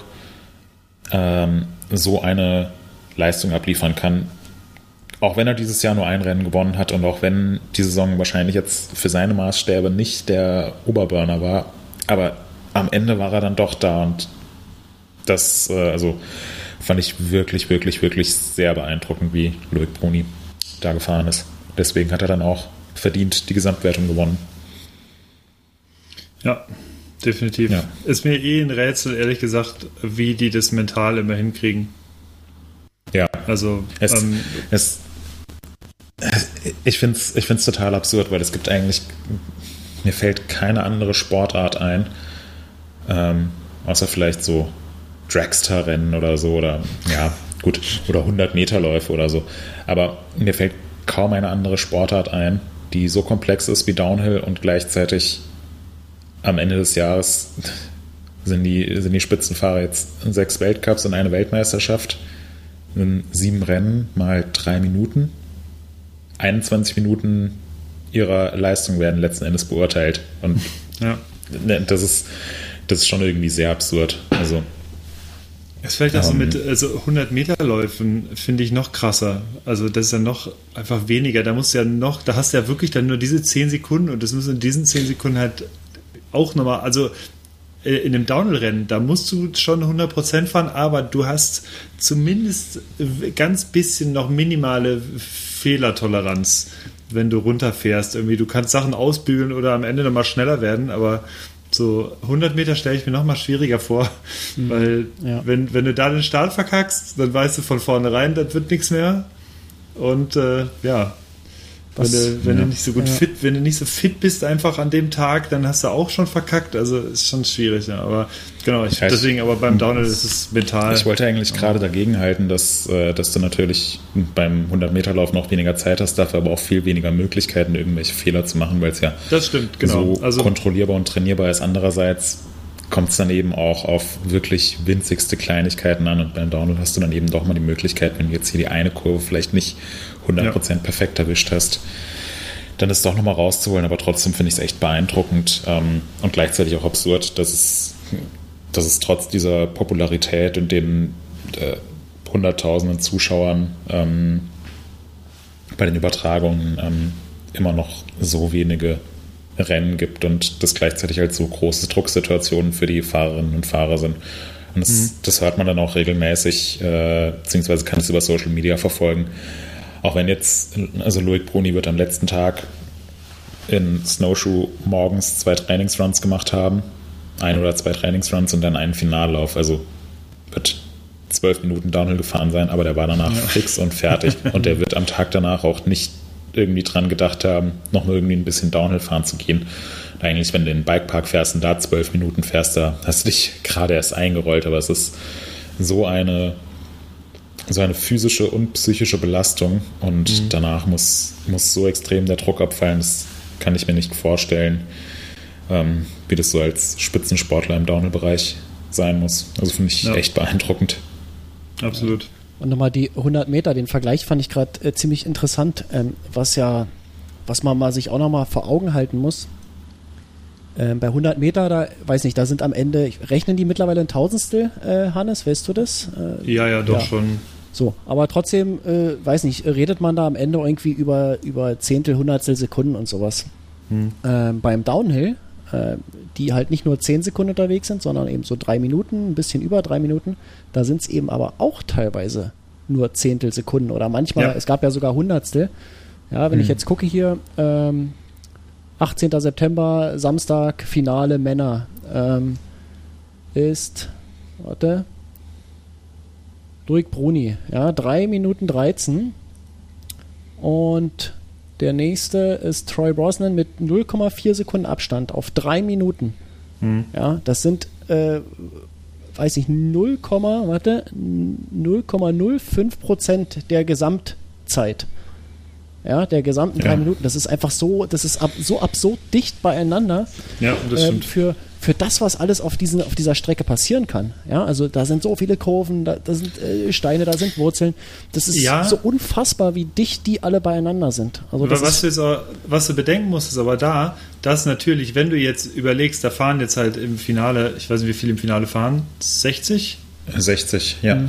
so eine Leistung abliefern kann. Auch wenn er dieses Jahr nur ein Rennen gewonnen hat und auch wenn die Saison wahrscheinlich jetzt für seine Maßstäbe nicht der Oberburner war, aber am Ende war er dann doch da und das fand ich wirklich, wirklich, wirklich sehr beeindruckend, wie Loic Bruni da gefahren ist. Deswegen hat er dann auch verdient die Gesamtwertung gewonnen. Ja, definitiv. Ja. Ist mir ein Rätsel, ehrlich gesagt, wie die das mental immer hinkriegen. Ja, also ich finde es total absurd, weil es gibt eigentlich, mir fällt keine andere Sportart ein, außer vielleicht so Dragster-Rennen oder so oder 100-Meter-Läufe oder so. Aber mir fällt kaum eine andere Sportart ein, die so komplex ist wie Downhill und gleichzeitig am Ende des Jahres sind die Spitzenfahrer jetzt 6 Weltcups und eine Weltmeisterschaft. 7 Rennen mal 3 Minuten. 21 Minuten ihrer Leistung werden letzten Endes beurteilt. Und ja. Das ist schon irgendwie sehr absurd. Also, es fällt auch so mit 100-Meter-Läufen, finde ich, noch krasser. Also das ist ja noch einfach weniger. Da hast du ja wirklich dann nur diese 10 Sekunden und das müssen in diesen 10 Sekunden halt auch nochmal, also in einem Downhill-Rennen, da musst du schon 100% fahren, aber du hast zumindest ganz bisschen noch minimale Fehlertoleranz, wenn du runterfährst. Irgendwie, du kannst Sachen ausbügeln oder am Ende nochmal schneller werden, aber so 100 Meter stelle ich mir nochmal schwieriger vor, weil wenn du da den Start verkackst, dann weißt du von vornherein, das wird nichts mehr und wenn du nicht so gut fit, wenn du nicht so fit bist einfach an dem Tag, dann hast du auch schon verkackt. Also ist schon schwierig, ja. Aber genau, deswegen, aber beim Downhill ist es mental. Ich wollte eigentlich gerade dagegen halten, dass du natürlich beim 100-Meter-Lauf noch weniger Zeit hast, dafür aber auch viel weniger Möglichkeiten, irgendwelche Fehler zu machen, weil es ja das stimmt, genau. So kontrollierbar und trainierbar ist. Andererseits kommt es dann eben auch auf wirklich winzigste Kleinigkeiten an und beim Downhill hast du dann eben doch mal die Möglichkeit, wenn du jetzt hier die eine Kurve vielleicht nicht 100% perfekt erwischt hast, dann ist es doch nochmal rauszuholen, aber trotzdem finde ich es echt beeindruckend und gleichzeitig auch absurd, dass es trotz dieser Popularität und den hunderttausenden Zuschauern bei den Übertragungen immer noch so wenige Rennen gibt und das gleichzeitig halt so große Drucksituationen für die Fahrerinnen und Fahrer sind. Und das hört man dann auch regelmäßig, beziehungsweise kann es über Social Media verfolgen. Auch wenn jetzt, also Loic Bruni wird am letzten Tag in Snowshoe morgens 2 Trainingsruns gemacht haben, 1 oder 2 Trainingsruns und dann einen Finallauf. Also wird 12 Minuten Downhill gefahren sein, aber der war danach fix und fertig. Und der wird am Tag danach auch nicht irgendwie dran gedacht haben, noch mal irgendwie ein bisschen Downhill fahren zu gehen. Und eigentlich, wenn du in den Bikepark fährst und da 12 Minuten fährst, da hast du dich gerade erst eingerollt, aber es ist so eine physische und psychische Belastung und danach muss so extrem der Druck abfallen, das kann ich mir nicht vorstellen, wie das so als Spitzensportler im Downhill-Bereich sein muss. Also finde ich echt beeindruckend. Absolut. Und nochmal die 100 Meter, den Vergleich fand ich gerade ziemlich interessant, was man mal sich auch nochmal vor Augen halten muss. Bei 100 Meter, da weiß nicht, da sind am Ende, rechnen die mittlerweile ein Tausendstel, Hannes, weißt du das? Ja, doch schon. So, aber trotzdem, weiß nicht, redet man da am Ende irgendwie über Zehntel, Hundertstel Sekunden und sowas. Beim Downhill, die halt nicht nur 10 Sekunden unterwegs sind, sondern eben so 3 Minuten, ein bisschen über 3 Minuten, da sind es eben aber auch teilweise nur Zehntel Sekunden oder manchmal, es gab ja sogar Hundertstel. Ja, wenn ich jetzt gucke hier, 18. September, Samstag, Finale Männer, ist, Loic Bruni, ja, 3 Minuten 13 und der nächste ist Troy Brosnan mit 0,4 Sekunden Abstand auf 3 Minuten. Ja, das sind, weiß ich, 0,05% der Gesamtzeit. Ja, der gesamten 3 Minuten. Das ist einfach so, das ist so absurd dicht beieinander. Ja, das stimmt. Für das, was alles auf dieser Strecke passieren kann. Ja, also da sind so viele Kurven, da sind Steine, da sind Wurzeln. Das ist so unfassbar, wie dicht die alle beieinander sind. Also das was du bedenken musst, ist aber dass natürlich, wenn du jetzt überlegst, da fahren jetzt halt im Finale, ich weiß nicht, wie viele im Finale fahren, 60? 60, ja.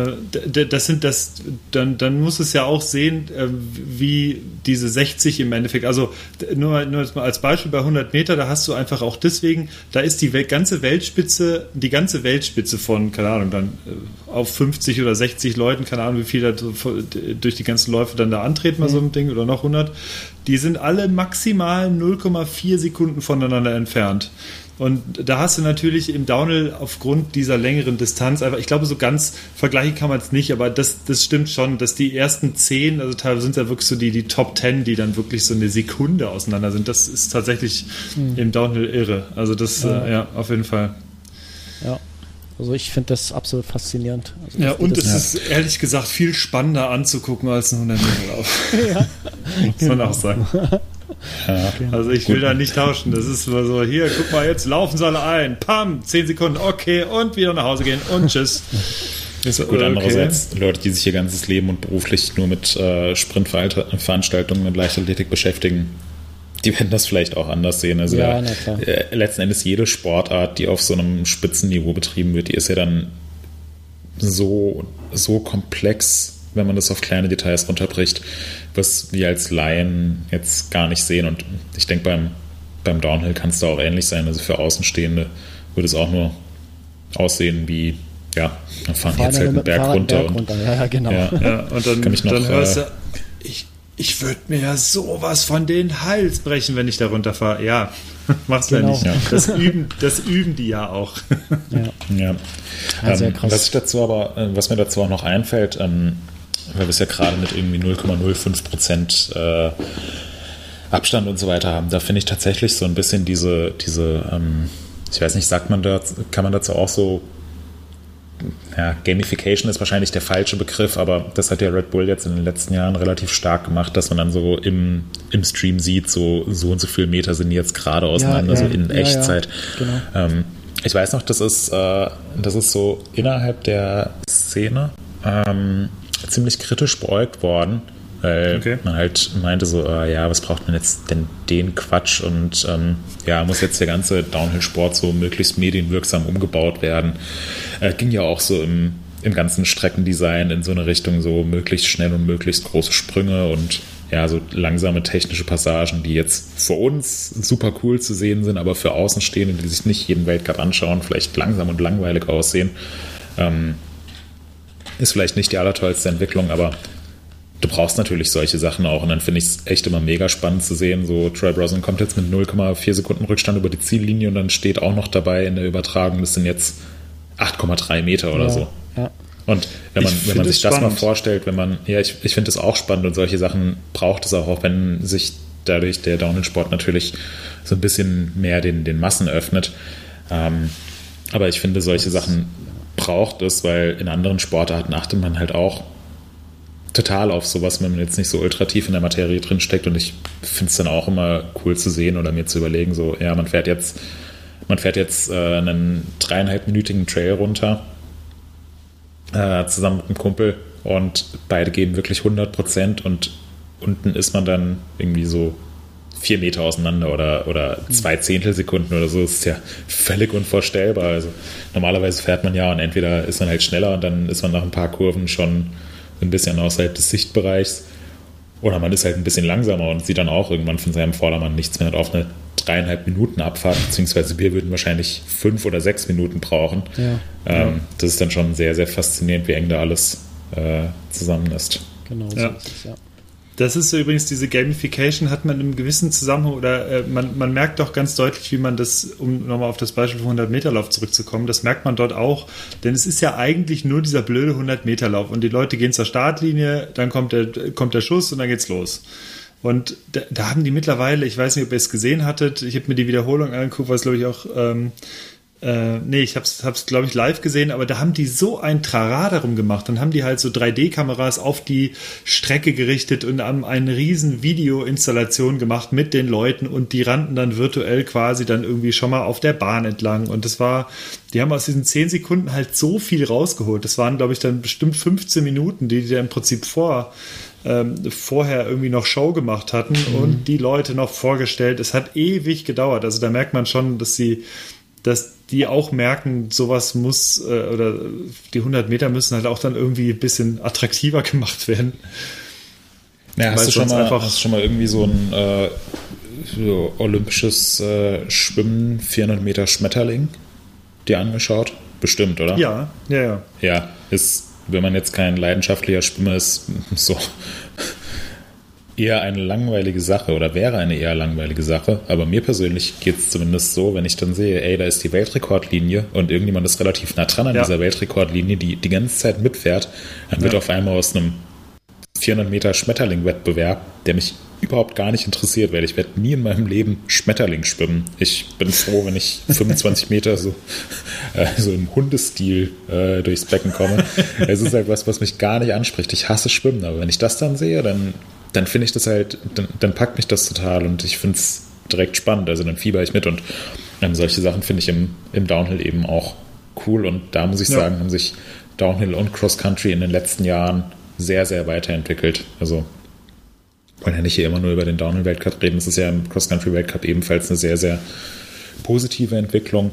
Dann muss es ja auch sehen, wie diese 60 im Endeffekt, also nur als Beispiel bei 100 Meter, da hast du einfach auch deswegen, da ist die ganze Weltspitze von, keine Ahnung, dann auf 50 oder 60 Leuten, keine Ahnung, wie viel da durch die ganzen Läufe dann da antreten bei so einem Ding oder noch 100, die sind alle maximal 0,4 Sekunden voneinander entfernt. Und da hast du natürlich im Downhill aufgrund dieser längeren Distanz einfach, ich glaube, so ganz vergleichen kann man es nicht, aber das stimmt schon, dass die ersten 10, also teilweise sind es ja wirklich so die Top 10, die dann wirklich so eine Sekunde auseinander sind. Das ist tatsächlich im Downhill irre. Also das, auf jeden Fall. Ja, also ich finde das absolut faszinierend. Also ja, und es ist ehrlich gesagt viel spannender anzugucken als ein 100-Meter-Lauf. Ja, muss man auch sagen. Ja. Also ich will da nicht tauschen. Das ist immer so, hier, guck mal, jetzt laufen sie alle ein. Pam, 10 Sekunden, okay, und wieder nach Hause gehen und tschüss. Das ist gut. Andererseits Leute, die sich ihr ganzes Leben und beruflich nur mit Sprintveranstaltungen und Leichtathletik beschäftigen, die werden das vielleicht auch anders sehen. Also letzten Endes jede Sportart, die auf so einem Spitzenniveau betrieben wird, die ist ja dann so komplex, wenn man das auf kleine Details runterbricht, was wir als Laien jetzt gar nicht sehen. Und ich denke, beim Downhill kann es da auch ähnlich sein. Also für Außenstehende würde es auch nur aussehen wie, dann fahren jetzt halt einen Berg runter. Ja, genau. Ja, und dann hörst du, ich würde mir ja sowas von den Hals brechen, wenn ich da runterfahre. Ja, machst du ja nicht. Ja. Das üben die ja auch. Ja. Sehr krass. Was mir dazu auch noch einfällt, weil wir es ja gerade mit irgendwie 0,05% Abstand und so weiter haben, da finde ich tatsächlich so ein bisschen diese ich weiß nicht, kann man dazu auch so, Gamification ist wahrscheinlich der falsche Begriff, aber das hat ja Red Bull jetzt in den letzten Jahren relativ stark gemacht, dass man dann so im Stream sieht, so und so viele Meter sind jetzt gerade auseinander, so in Echtzeit. Ja, genau. Ich weiß noch, das ist so innerhalb der Szene ziemlich kritisch beäugt worden, weil man halt meinte so, was braucht man jetzt denn den Quatsch und muss jetzt der ganze Downhill-Sport so möglichst medienwirksam umgebaut werden. Ging ja auch so im ganzen Streckendesign in so eine Richtung, so möglichst schnell und möglichst große Sprünge und so langsame technische Passagen, die jetzt für uns super cool zu sehen sind, aber für Außenstehende, die sich nicht jeden Weltcup anschauen, vielleicht langsam und langweilig aussehen. Ist vielleicht nicht die allertollste Entwicklung, aber du brauchst natürlich solche Sachen auch. Und dann finde ich es echt immer mega spannend zu sehen. So, Troy Brosnan kommt jetzt mit 0,4 Sekunden Rückstand über die Ziellinie und dann steht auch noch dabei in der Übertragung, das sind jetzt 8,3 Meter oder so. Ja. Und wenn man sich das mal vorstellt, ich finde das auch spannend und solche Sachen braucht es auch, wenn sich dadurch der Downhill-Sport natürlich so ein bisschen mehr den Massen öffnet. Aber ich finde, solche Sachen braucht es, weil in anderen Sportarten achtet man halt auch total auf sowas, wenn man jetzt nicht so ultra tief in der Materie drin steckt, und ich finde es dann auch immer cool zu sehen oder mir zu überlegen, so, man fährt jetzt einen 3,5-minütigen Trail runter zusammen mit einem Kumpel und beide geben wirklich 100% und unten ist man dann irgendwie so 4 Meter auseinander oder 2 Zehntelsekunden oder so. Das ist ja völlig unvorstellbar. Also normalerweise fährt man und entweder ist man halt schneller und dann ist man nach ein paar Kurven schon ein bisschen außerhalb des Sichtbereichs. Oder man ist halt ein bisschen langsamer und sieht dann auch irgendwann von seinem Vordermann nichts mehr und auf eine 3,5 Minuten Abfahrt, beziehungsweise wir würden wahrscheinlich 5 oder 6 Minuten brauchen. Ja. Das ist dann schon sehr, sehr faszinierend, wie eng da alles zusammen ist. Genau so ist es, ja. Das ist übrigens, diese Gamification hat man im gewissen Zusammenhang, oder man merkt doch ganz deutlich, wie man das, um nochmal auf das Beispiel von 100-Meter-Lauf zurückzukommen, das merkt man dort auch, denn es ist ja eigentlich nur dieser blöde 100-Meter-Lauf und die Leute gehen zur Startlinie, dann kommt der Schuss und dann geht's los. Und da haben die mittlerweile, ich weiß nicht, ob ihr es gesehen hattet, ich habe mir die Wiederholung angeguckt, was glaube ich auch ich hab's glaube ich live gesehen, aber da haben die so ein Trara darum gemacht. Dann haben die halt so 3D-Kameras auf die Strecke gerichtet und haben eine riesen Videoinstallation gemacht mit den Leuten und die rannten dann virtuell quasi dann irgendwie schon mal auf der Bahn entlang und die haben aus diesen 10 Sekunden halt so viel rausgeholt. Das waren glaube ich dann bestimmt 15 Minuten, die da im Prinzip vorher irgendwie noch Show gemacht hatten und die Leute noch vorgestellt. Es hat ewig gedauert. Also da merkt man schon, dass die auch merken, sowas muss, oder die 100 Meter müssen halt auch dann irgendwie ein bisschen attraktiver gemacht werden. Ja, hast du schon mal irgendwie so ein olympisches Schwimmen, 400 Meter Schmetterling dir angeschaut? Bestimmt, oder? Ja. Ja, ist, wenn man jetzt kein leidenschaftlicher Schwimmer ist, so eher eine langweilige Sache oder wäre eine eher langweilige Sache, aber mir persönlich geht es zumindest so, wenn ich dann sehe, da ist die Weltrekordlinie und irgendjemand ist relativ nah dran an dieser Weltrekordlinie, die die ganze Zeit mitfährt, dann wird auf einmal aus einem 400 Meter Schmetterling-Wettbewerb, der mich überhaupt gar nicht interessiert, weil ich werde nie in meinem Leben Schmetterling schwimmen. Ich bin froh, wenn ich 25 Meter so im Hundestil durchs Becken komme. Es ist halt was mich gar nicht anspricht. Ich hasse Schwimmen, aber wenn ich das dann sehe, dann finde ich das halt, dann packt mich das total und ich finde es direkt spannend, also dann fieber ich mit und solche Sachen finde ich im Downhill eben auch cool und da muss ich sagen, haben sich Downhill und Cross Country in den letzten Jahren sehr, sehr weiterentwickelt. Also wollen ja nicht hier immer nur über den Downhill-Weltcup reden, es ist ja im Cross Country Weltcup ebenfalls eine sehr, sehr positive Entwicklung.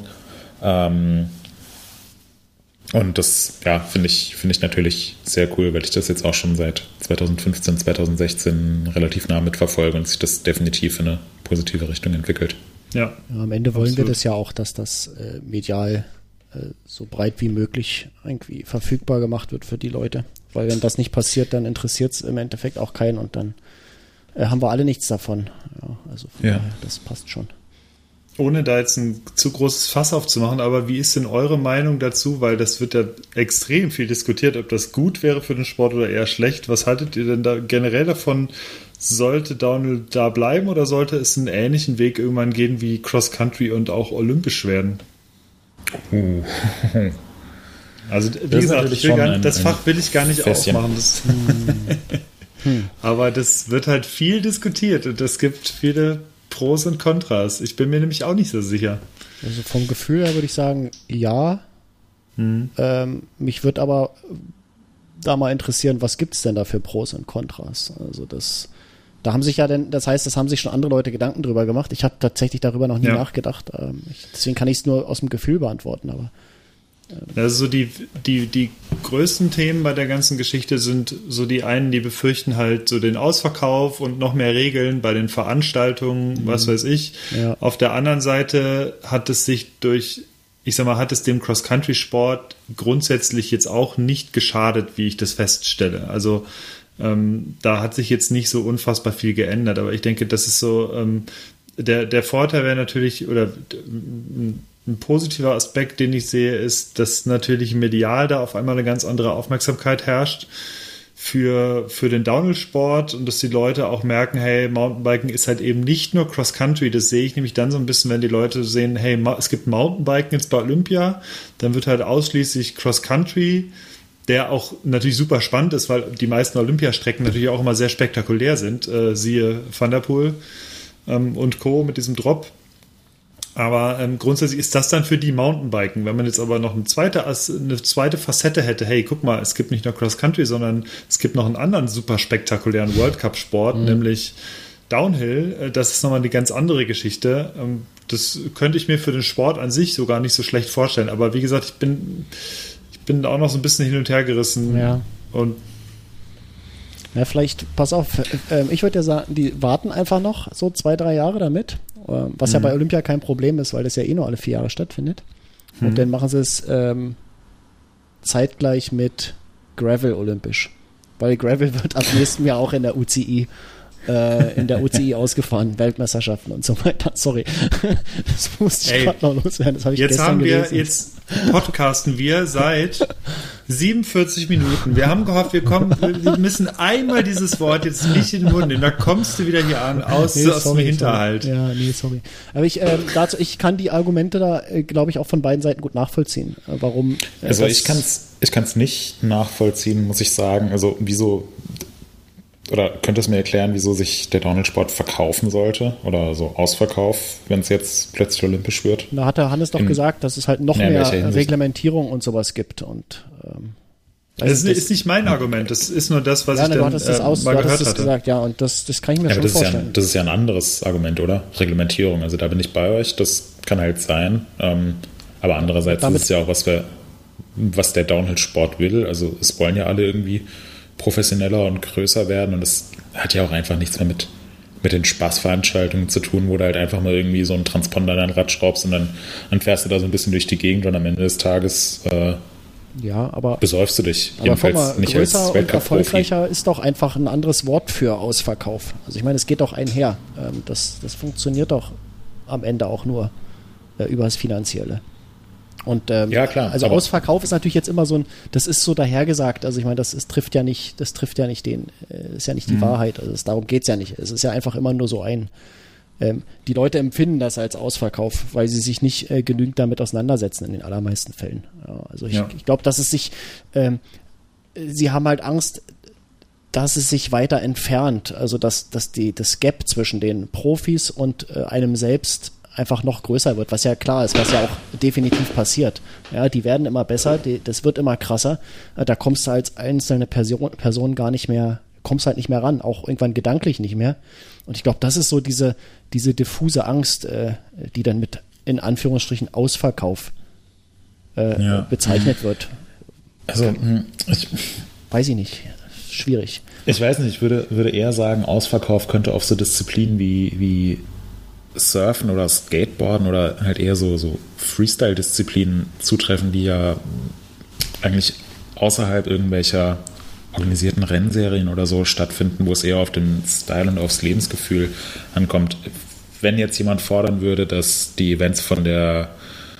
Und das, finde ich natürlich sehr cool, weil ich das jetzt auch schon seit 2015, 2016 relativ nah mitverfolge und sich das definitiv in eine positive Richtung entwickelt. Ja, am Ende wollen wir das ja auch, dass das medial so breit wie möglich irgendwie verfügbar gemacht wird für die Leute. Weil wenn das nicht passiert, dann interessiert es im Endeffekt auch keinen und dann haben wir alle nichts davon. Ja, also von daher, das passt schon. Ohne da jetzt ein zu großes Fass aufzumachen, aber wie ist denn eure Meinung dazu? Weil das wird ja extrem viel diskutiert, ob das gut wäre für den Sport oder eher schlecht. Was haltet ihr denn da generell davon? Sollte Downhill da bleiben oder sollte es einen ähnlichen Weg irgendwann gehen wie Cross Country und auch olympisch werden? Also wie gesagt, das Fach will ich gar nicht aufmachen. Aber das wird halt viel diskutiert und es gibt viele Pros und Kontras. Ich bin mir nämlich auch nicht so sicher. Also vom Gefühl her würde ich sagen, ja. Mich würde aber da mal interessieren, was gibt es denn da für Pros und Kontras? Also das haben sich das haben sich schon andere Leute Gedanken drüber gemacht. Ich habe tatsächlich darüber noch nie nachgedacht. Deswegen kann ich es nur aus dem Gefühl beantworten, aber also die größten Themen bei der ganzen Geschichte sind so die einen, die befürchten halt so den Ausverkauf und noch mehr Regeln bei den Veranstaltungen, was weiß ich. Ja. Auf der anderen Seite hat es sich hat es dem Cross-Country-Sport grundsätzlich jetzt auch nicht geschadet, wie ich das feststelle. Also da hat sich jetzt nicht so unfassbar viel geändert, aber ich denke, das ist so der Vorteil wäre natürlich, oder ein positiver Aspekt, den ich sehe, ist, dass natürlich medial da auf einmal eine ganz andere Aufmerksamkeit herrscht für den Downhill-Sport und dass die Leute auch merken, hey, Mountainbiken ist halt eben nicht nur Cross-Country. Das sehe ich nämlich dann so ein bisschen, wenn die Leute sehen, hey, es gibt Mountainbiken jetzt bei Olympia, dann wird halt ausschließlich Cross-Country, der auch natürlich super spannend ist, weil die meisten Olympiastrecken natürlich auch immer sehr spektakulär sind. Siehe Van der Poel und Co. mit diesem Drop. Aber grundsätzlich ist das dann für die Mountainbiken. Wenn man jetzt aber noch eine zweite Facette hätte, hey, guck mal, es gibt nicht nur Cross-Country, sondern es gibt noch einen anderen super spektakulären World Cup-Sport, nämlich Downhill. Das ist nochmal eine ganz andere Geschichte. Das könnte ich mir für den Sport an sich sogar nicht so schlecht vorstellen. Aber wie gesagt, ich bin auch noch so ein bisschen hin und her gerissen. Ja. Und Ja, vielleicht, pass auf, ich würde ja sagen, die warten einfach noch so 2-3 Jahre damit, was ja bei Olympia kein Problem ist, weil das ja eh nur alle 4 Jahre stattfindet. Und dann machen sie es zeitgleich mit Gravel olympisch. Weil Gravel wird ab nächstem Jahr auch in der UCI ausgefahren, Weltmeisterschaften und so weiter. Sorry, das musste ich gerade noch loswerden. Das habe ich gestern gelesen. Jetzt podcasten wir seit 47 Minuten. Wir haben gehofft, wir müssen einmal dieses Wort jetzt nicht in den Mund nehmen. Da kommst du wieder hier an, aus dem Hinterhalt. Sorry. Ja, nee, sorry. Aber ich kann die Argumente da, glaube ich, auch von beiden Seiten gut nachvollziehen. Warum? Also ich kann's nicht nachvollziehen, muss ich sagen. Also wieso... Oder könntest du mir erklären, wieso sich der Downhill-Sport verkaufen sollte? Oder so Ausverkauf, wenn es jetzt plötzlich olympisch wird? Da hat der Hannes doch gesagt, dass es halt noch mehr Reglementierung und sowas gibt. Und das ist nicht mein Argument, das ist nur das, was ich dann mal gehört hatte. Gesagt, ja, und das kann ich mir schon vorstellen. Das ist ja ein anderes Argument, oder? Reglementierung, also da bin ich bei euch, das kann halt sein. Aber andererseits ist es ja auch was der Downhill-Sport will. Also es wollen ja alle irgendwie professioneller und größer werden und das hat ja auch einfach nichts mehr mit den Spaßveranstaltungen zu tun, wo du halt einfach mal irgendwie so einen Transponder an dein Rad schraubst und dann fährst du da so ein bisschen durch die Gegend und am Ende des Tages besäufst du dich. Aber jedenfalls nicht als Weltcup-Profi. Und erfolgreicher ist doch einfach ein anderes Wort für Ausverkauf. Also ich meine, es geht doch einher. Das funktioniert doch am Ende auch nur über das Finanzielle. Und ja, klar, also Ausverkauf ist natürlich jetzt immer so das ist so dahergesagt, also ich meine, das trifft ja nicht ist ja nicht die Wahrheit, also darum geht's ja nicht. Es ist ja einfach immer nur so die Leute empfinden das als Ausverkauf, weil sie sich nicht genügend damit auseinandersetzen in den allermeisten Fällen. Ja, also ich glaube, dass es sich sie haben halt Angst, dass es sich weiter entfernt, also dass das Gap zwischen den Profis und einem selbst einfach noch größer wird, was ja klar ist, was ja auch definitiv passiert. Ja, die werden immer besser, das wird immer krasser. Da kommst du als einzelne Person gar nicht mehr, kommst halt nicht mehr ran, auch irgendwann gedanklich nicht mehr. Und ich glaube, das ist so diese diffuse Angst, die dann mit, in Anführungsstrichen, Ausverkauf bezeichnet wird. Also, weiß ich nicht. Schwierig. Ich weiß nicht, ich würde eher sagen, Ausverkauf könnte auf so Disziplinen wie Surfen oder Skateboarden oder halt eher so Freestyle-Disziplinen zutreffen, die ja eigentlich außerhalb irgendwelcher organisierten Rennserien oder so stattfinden, wo es eher auf den Style und aufs Lebensgefühl ankommt. Wenn jetzt jemand fordern würde, dass die Events von der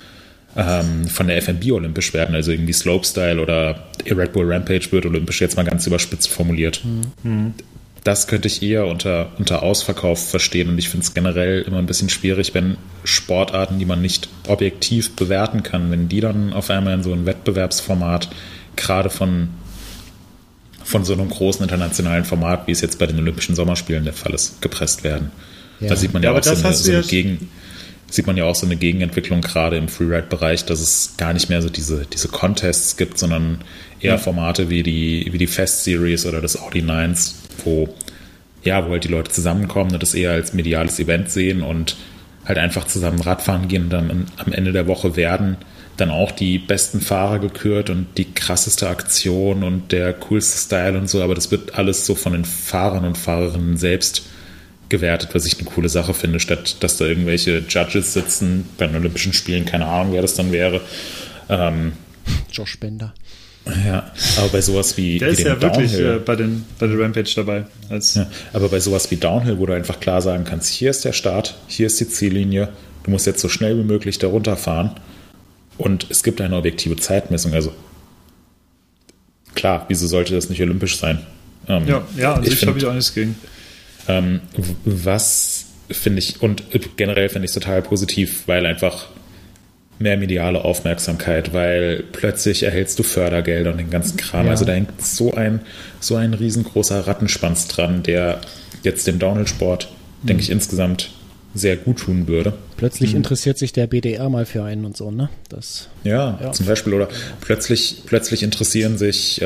FMB olympisch werden, also irgendwie Slopestyle oder Red Bull Rampage wird olympisch, jetzt mal ganz überspitzt formuliert. Das könnte ich eher unter Ausverkauf verstehen und ich finde es generell immer ein bisschen schwierig, wenn Sportarten, die man nicht objektiv bewerten kann, wenn die dann auf einmal in so ein Wettbewerbsformat, gerade von so einem großen internationalen Format, wie es jetzt bei den Olympischen Sommerspielen der Fall ist, gepresst werden. Ja. Da sieht man ja auch sieht man ja auch so eine Gegenentwicklung gerade im Freeride-Bereich, dass es gar nicht mehr so diese Contests gibt, sondern eher Formate wie die Fest Series oder das Audi 9s, wo halt die Leute zusammenkommen und das eher als mediales Event sehen und halt einfach zusammen Radfahren gehen und dann am Ende der Woche werden dann auch die besten Fahrer gekürt und die krasseste Aktion und der coolste Style und so, aber das wird alles so von den Fahrern und Fahrerinnen selbst gewertet, was ich eine coole Sache finde, statt dass da irgendwelche Judges sitzen bei den Olympischen Spielen, keine Ahnung, wer das dann wäre. Josh Bender. Ja, aber bei sowas wie der ist ja wirklich bei der Rampage dabei. Aber bei sowas wie Downhill, wo du einfach klar sagen kannst, hier ist der Start, hier ist die Ziellinie, du musst jetzt so schnell wie möglich da runterfahren und es gibt eine objektive Zeitmessung. Also klar, wieso sollte das nicht olympisch sein? Also ich habe auch nichts gegen. Was finde ich, und generell finde ich es total positiv, weil einfach mehr mediale Aufmerksamkeit, weil plötzlich erhältst du Fördergelder und den ganzen Kram. Ja. Also da hängt so ein riesengroßer Rattenschwanz dran, der jetzt dem Downhill-Sport, denke ich, insgesamt sehr gut tun würde. Plötzlich interessiert sich der BDR mal für einen und so, ne? Ja, zum Beispiel. Oder plötzlich interessieren sich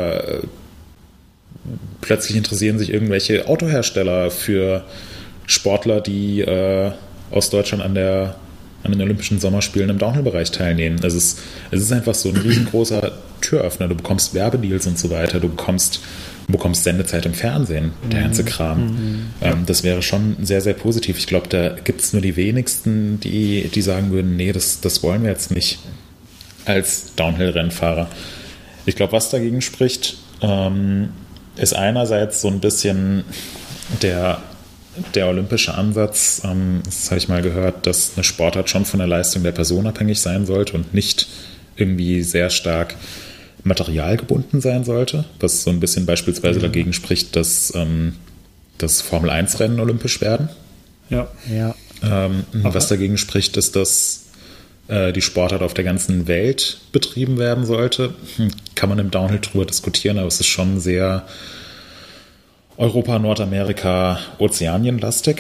irgendwelche Autohersteller für Sportler, die aus Deutschland an der an den Olympischen Sommerspielen im Downhill-Bereich teilnehmen. Es ist einfach so ein riesengroßer Türöffner. Du bekommst Werbedeals und so weiter. Du bekommst Sendezeit im Fernsehen, der ganze Kram. Das wäre schon sehr, sehr positiv. Ich glaube, da gibt es nur die wenigsten, die sagen würden, nee, das wollen wir jetzt nicht als Downhill-Rennfahrer. Ich glaube, was dagegen spricht, ist einerseits so ein bisschen der olympische Ansatz. Das habe ich mal gehört, dass eine Sportart schon von der Leistung der Person abhängig sein sollte und nicht irgendwie sehr stark materialgebunden sein sollte, was so ein bisschen beispielsweise dagegen spricht, dass Formel-1-Rennen olympisch werden. Ja. Was dagegen spricht, ist, dass die Sportart auf der ganzen Welt betrieben werden sollte. Kann man im Downhill drüber diskutieren, aber es ist schon sehr Europa, Nordamerika, Ozeanienlastig.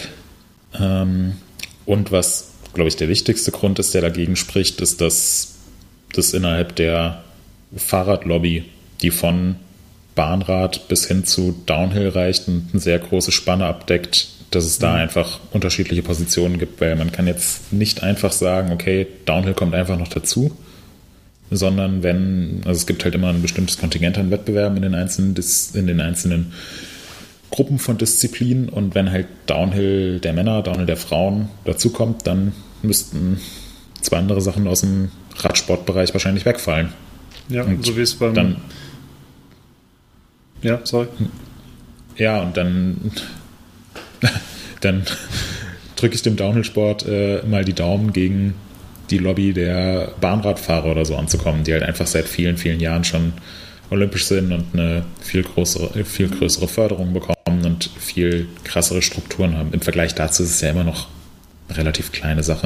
Und was, glaube ich, der wichtigste Grund ist, der dagegen spricht, ist, dass das innerhalb der Fahrradlobby, die von Bahnrad bis hin zu Downhill reicht und eine sehr große Spanne abdeckt, dass es da einfach unterschiedliche Positionen gibt, weil man kann jetzt nicht einfach sagen, okay, Downhill kommt einfach noch dazu, sondern es gibt halt immer ein bestimmtes Kontingent an Wettbewerben in den einzelnen Gruppen von Disziplinen und wenn halt Downhill der Männer, Downhill der Frauen dazukommt, dann müssten 2 andere Sachen aus dem Radsportbereich wahrscheinlich wegfallen. Ja, und so wie es beim... Ja, sorry. Ja, und dann drücke ich dem Downhill-Sport mal die Daumen, gegen die Lobby der Bahnradfahrer oder so anzukommen, die halt einfach seit vielen, vielen Jahren schon olympisch sind und eine viel größere Förderung bekommen und viel krassere Strukturen haben. Im Vergleich dazu ist es ja immer noch eine relativ kleine Sache.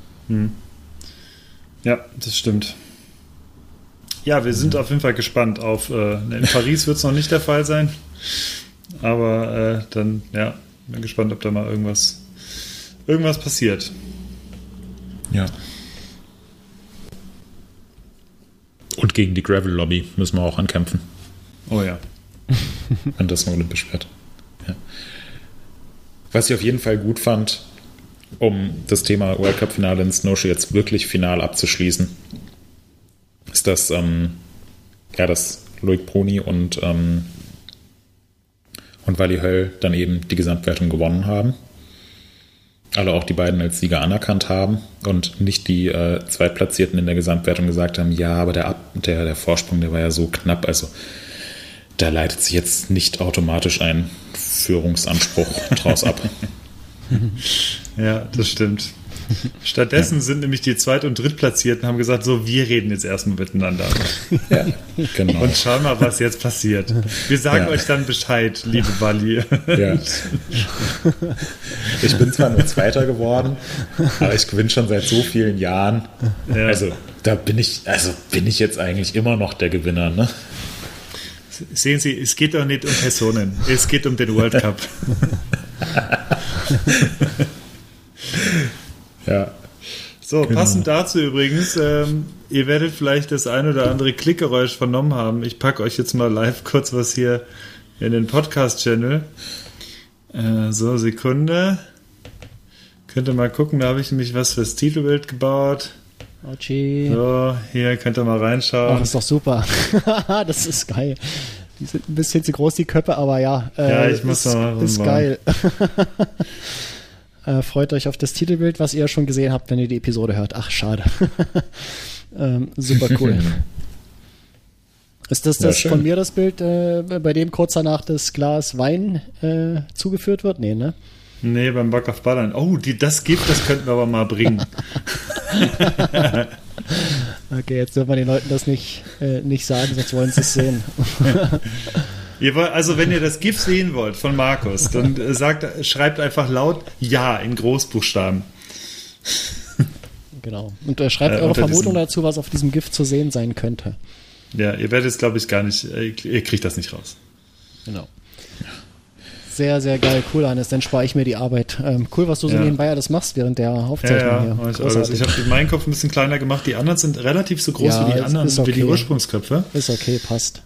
Ja, das stimmt. Ja, wir sind auf jeden Fall gespannt auf, in Paris wird es noch nicht der Fall sein, aber dann, ja, bin gespannt, ob da mal irgendwas passiert. Ja. Und gegen die Gravel-Lobby müssen wir auch ankämpfen. Oh ja. Wenn das mal olympisch wird. Ja. Was ich auf jeden Fall gut fand, um das Thema World Cup-Finale in Snowshoe jetzt wirklich final abzuschließen, ist, dass Loic Bruni und Wally Höll dann eben die Gesamtwertung gewonnen haben. Alle auch die beiden als Sieger anerkannt haben und nicht die Zweitplatzierten in der Gesamtwertung gesagt haben, ja, aber der Vorsprung, der war ja so knapp, also da leitet sich jetzt nicht automatisch ein Führungsanspruch draus ab. Ja, das stimmt. Stattdessen sind nämlich die Zweit- und Drittplatzierten haben gesagt, so, wir reden jetzt erstmal miteinander. Ja, genau. Und schauen mal, was jetzt passiert. Wir sagen euch dann Bescheid, liebe Wally. Ja. Ich bin zwar nur Zweiter geworden, aber ich gewinne schon seit so vielen Jahren. Ja. Also bin ich jetzt eigentlich immer noch der Gewinner, ne? Sehen Sie, es geht doch nicht um Personen, es geht um den World Cup. Ja. So, genau. Passend dazu übrigens, ihr werdet vielleicht das ein oder andere Klickgeräusch vernommen haben. Ich packe euch jetzt mal live kurz was hier in den Podcast-Channel. So, Sekunde. Könnt ihr mal gucken, da habe ich nämlich was fürs Titelbild gebaut. Okay. So, hier könnt ihr mal reinschauen. Ach, ist doch super. Das ist geil. Die sind ein bisschen zu groß, die Köpfe, aber ja. Ja, ich muss mal ist geil. Freut euch auf das Titelbild, was ihr schon gesehen habt, wenn ihr die Episode hört. Ach, schade. Super cool. Ist das von mir das Bild, bei dem kurz danach das Glas Wein zugeführt wird? Nee, ne? Nee, beim Back auf Ballern. Oh, das Gift, das könnten wir aber mal bringen. Okay, jetzt dürfen wir den Leuten das nicht sagen, sonst wollen sie es sehen. Also wenn ihr das GIF sehen wollt von Markus, dann schreibt einfach laut Ja in Großbuchstaben. Genau. Und schreibt eure Vermutung dazu, was auf diesem GIF zu sehen sein könnte. Ja, ihr werdet es, glaube ich, gar nicht, ihr kriegt das nicht raus. Genau. Sehr, sehr geil, cool, Hannes, dann spare ich mir die Arbeit. Cool, was du so nebenbei alles machst während der Aufzeichnung hier. Also ich habe meinen Kopf ein bisschen kleiner gemacht. Die anderen sind relativ so groß wie die anderen, wie die Ursprungsköpfe. Ist okay, passt.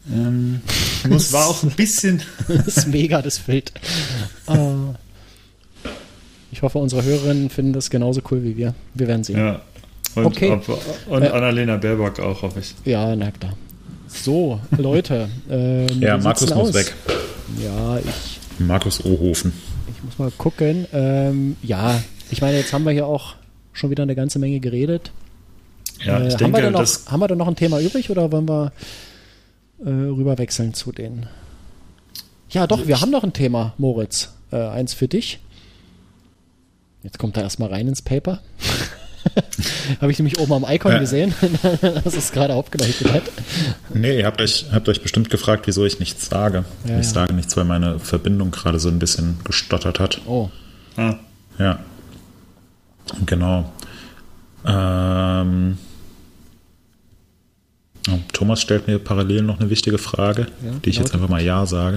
War auch ein bisschen... Das ist mega, das Bild. Ich hoffe, unsere Hörerinnen finden das genauso cool wie wir. Wir werden sehen. Ja. Und, okay. Und Annalena Baerbock auch, hoffe ich. Ja, na klar. So, Leute. Ja, Markus muss weg. Ja, Markus Ohofen. Ich muss mal gucken. Ja, ich meine, jetzt haben wir hier auch schon wieder eine ganze Menge geredet. Ja, ich denke, haben wir da noch ein Thema übrig oder wollen wir rüberwechseln zu den... Ja, doch, wir haben noch ein Thema, Moritz. Eins für dich. Jetzt kommt er erstmal rein ins Paper. Habe ich nämlich oben am Icon gesehen. Das ist gerade aufgeleuchtet hat. Nee, ihr habt euch bestimmt gefragt, wieso ich nichts sage. Ja, ich sage nichts, weil meine Verbindung gerade so ein bisschen gestottert hat. Oh. Ja. Genau. Thomas stellt mir parallel noch eine wichtige Frage, die ich jetzt einfach mal Ja sage.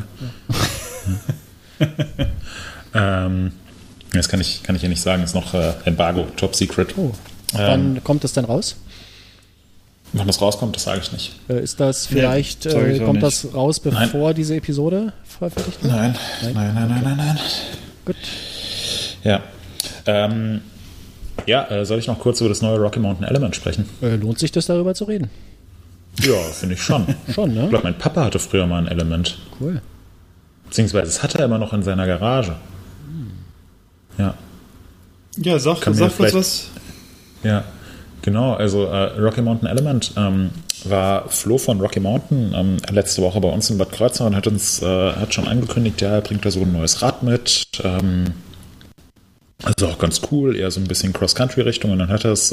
Ja. Das kann ich ja nicht sagen, ist noch Embargo, Top Secret. Oh. Wann kommt das denn raus? Wann das rauskommt, das sage ich nicht. Ist das vielleicht, kommt das raus, bevor diese Episode veröffentlicht wird? Nein. Gut. Ja. Soll ich noch kurz über das neue Rocky Mountain Element sprechen? Lohnt sich das, darüber zu reden? Ja, finde ich schon. Schon, ne? Ich glaube, mein Papa hatte früher mal ein Element. Cool. Beziehungsweise, das hat er immer noch in seiner Garage. Ja. Ja, sag was. Ja, genau. Also Rocky Mountain Element war Flo von Rocky Mountain letzte Woche bei uns in Bad Kreuznach und hat schon angekündigt, ja, er bringt da so ein neues Rad mit. Also auch ganz cool, eher so ein bisschen Cross-Country-Richtung. Und dann hat er es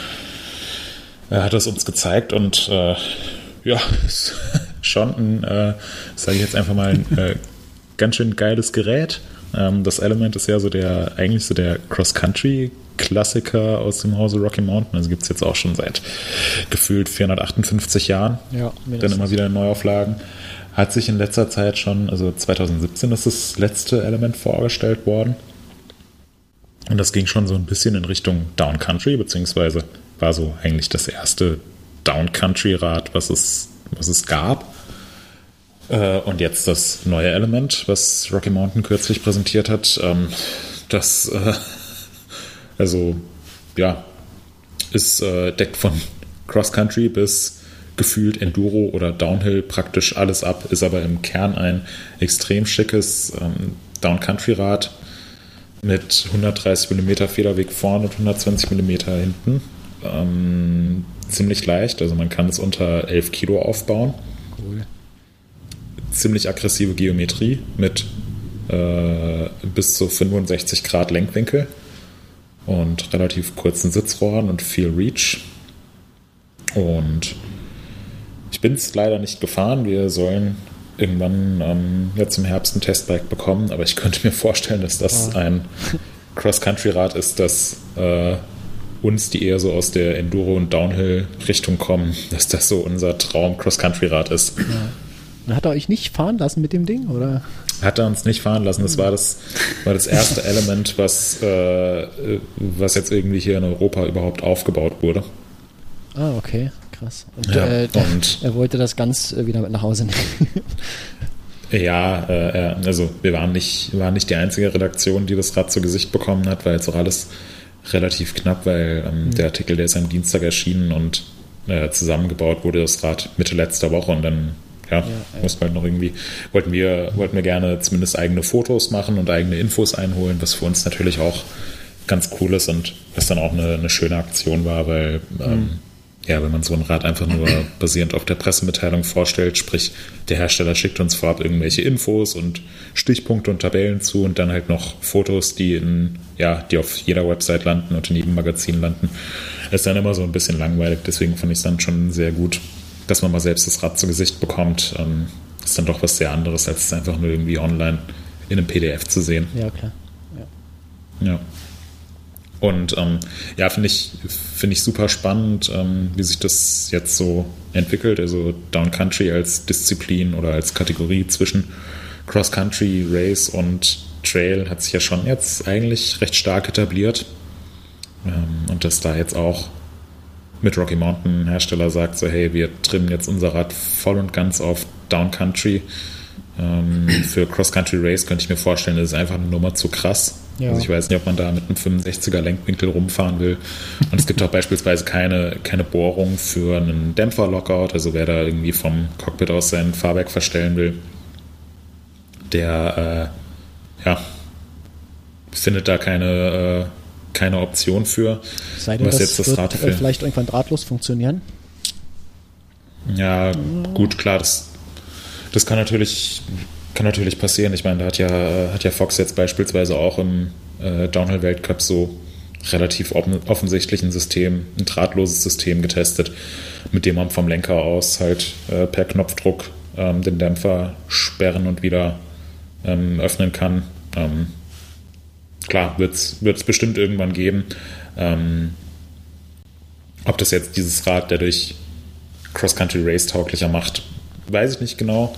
uns gezeigt und ist schon ein, sage ich jetzt einfach mal, ein ganz schön geiles Gerät. Das Element ist ja so der Cross-Country-Klassiker aus dem Hause Rocky Mountain. Also gibt es jetzt auch schon seit gefühlt 458 Jahren. Ja, dann immer wieder in Neuauflagen. Hat sich in letzter Zeit schon, also 2017 ist das letzte Element vorgestellt worden. Und das ging schon so ein bisschen in Richtung Down Country, beziehungsweise war so eigentlich das erste Down Country-Rad, was es gab. Und jetzt das neue Element, was Rocky Mountain kürzlich präsentiert hat, deckt von Cross-Country bis gefühlt Enduro oder Downhill praktisch alles ab, ist aber im Kern ein extrem schickes Down-Country-Rad mit 130 mm Federweg vorne und 120 mm hinten. Ziemlich leicht, also man kann es unter 11 Kilo aufbauen. Cool. Ziemlich aggressive Geometrie mit bis zu 65 Grad Lenkwinkel und relativ kurzen Sitzrohren und viel Reach. Und ich bin es leider nicht gefahren. Wir sollen irgendwann jetzt im Herbst ein Testbike bekommen, aber ich könnte mir vorstellen, dass das ein Cross-Country-Rad ist, das uns, die eher so aus der Enduro- und Downhill-Richtung kommen, dass das so unser Traum-Cross-Country-Rad ist. Ja. Und hat er euch nicht fahren lassen mit dem Ding, oder? Hat er uns nicht fahren lassen. Das war das erste Element, was jetzt irgendwie hier in Europa überhaupt aufgebaut wurde. Ah, okay, krass. Und, und er wollte das ganz wieder mit nach Hause nehmen. Ja, also wir waren nicht die einzige Redaktion, die das Rad zu Gesicht bekommen hat, weil jetzt auch alles relativ knapp, weil der Artikel, der ist am Dienstag erschienen und zusammengebaut wurde das Rad Mitte letzter Woche und dann mussten wir halt noch irgendwie, wollten wir gerne zumindest eigene Fotos machen und eigene Infos einholen, was für uns natürlich auch ganz cool ist und was dann auch eine schöne Aktion war, weil wenn man so ein Rad einfach nur basierend auf der Pressemitteilung vorstellt, sprich der Hersteller schickt uns vorab irgendwelche Infos und Stichpunkte und Tabellen zu und dann halt noch Fotos, die auf jeder Website landen und in jedem Magazin landen, ist dann immer so ein bisschen langweilig. Deswegen fand ich es dann schon sehr gut, dass man mal selbst das Rad zu Gesicht bekommt. Ist dann doch was sehr anderes, als es einfach nur irgendwie online in einem PDF zu sehen. Ja, klar. Ja. Und finde ich super spannend, wie sich das jetzt so entwickelt. Also Down Country als Disziplin oder als Kategorie zwischen Cross Country, Race und Trail hat sich ja schon jetzt eigentlich recht stark etabliert. Und dass da jetzt auch mit Rocky Mountain Hersteller sagt, so hey, wir trimmen jetzt unser Rad voll und ganz auf Down Country. Für Cross Country Race könnte ich mir vorstellen, das ist einfach eine Nummer zu krass. Ja. Also ich weiß nicht, ob man da mit einem 65er Lenkwinkel rumfahren will. Und es gibt auch beispielsweise keine Bohrung für einen Dämpfer-Lockout. Also wer da irgendwie vom Cockpit aus sein Fahrwerk verstellen will, der findet da keine Option für. Sei denn, was das jetzt das Rad vielleicht irgendwann drahtlos funktionieren? Ja, gut, klar, das kann natürlich passieren. Ich meine, da hat ja Fox jetzt beispielsweise auch im Downhill-Weltcup so relativ offensichtlich ein drahtloses System getestet, mit dem man vom Lenker aus halt per Knopfdruck den Dämpfer sperren und wieder öffnen kann. Klar, wird es bestimmt irgendwann geben. Ob das jetzt dieses Rad dadurch Cross-Country-Race tauglicher macht, weiß ich nicht genau.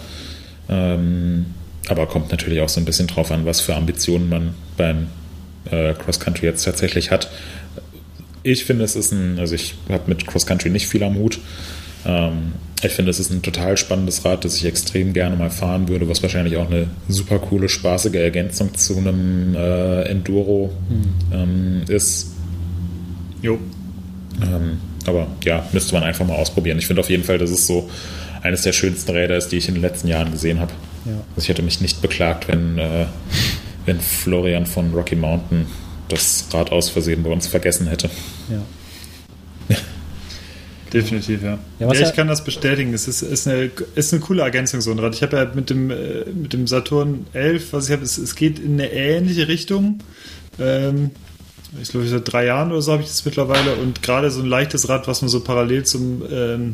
Aber kommt natürlich auch so ein bisschen drauf an, was für Ambitionen man beim Cross-Country jetzt tatsächlich hat. Ich finde, ich habe mit Cross-Country nicht viel am Hut. Ich finde, es ist ein total spannendes Rad, das ich extrem gerne mal fahren würde, was wahrscheinlich auch eine super coole, spaßige Ergänzung zu einem Enduro ist. Jo. Aber ja, müsste man einfach mal ausprobieren. Ich finde auf jeden Fall, dass es so eines der schönsten Räder ist, die ich in den letzten Jahren gesehen habe. Ja. Also ich hätte mich nicht beklagt, wenn Florian von Rocky Mountain das Rad aus Versehen bei uns vergessen hätte. Ja. Definitiv, ja. Ich kann das bestätigen. Es ist eine coole Ergänzung, so ein Rad. Ich habe ja mit dem Saturn 11, was ich habe, es geht in eine ähnliche Richtung. Ich glaube, seit 3 Jahren oder so habe ich das mittlerweile. Und gerade so ein leichtes Rad, was man so parallel zum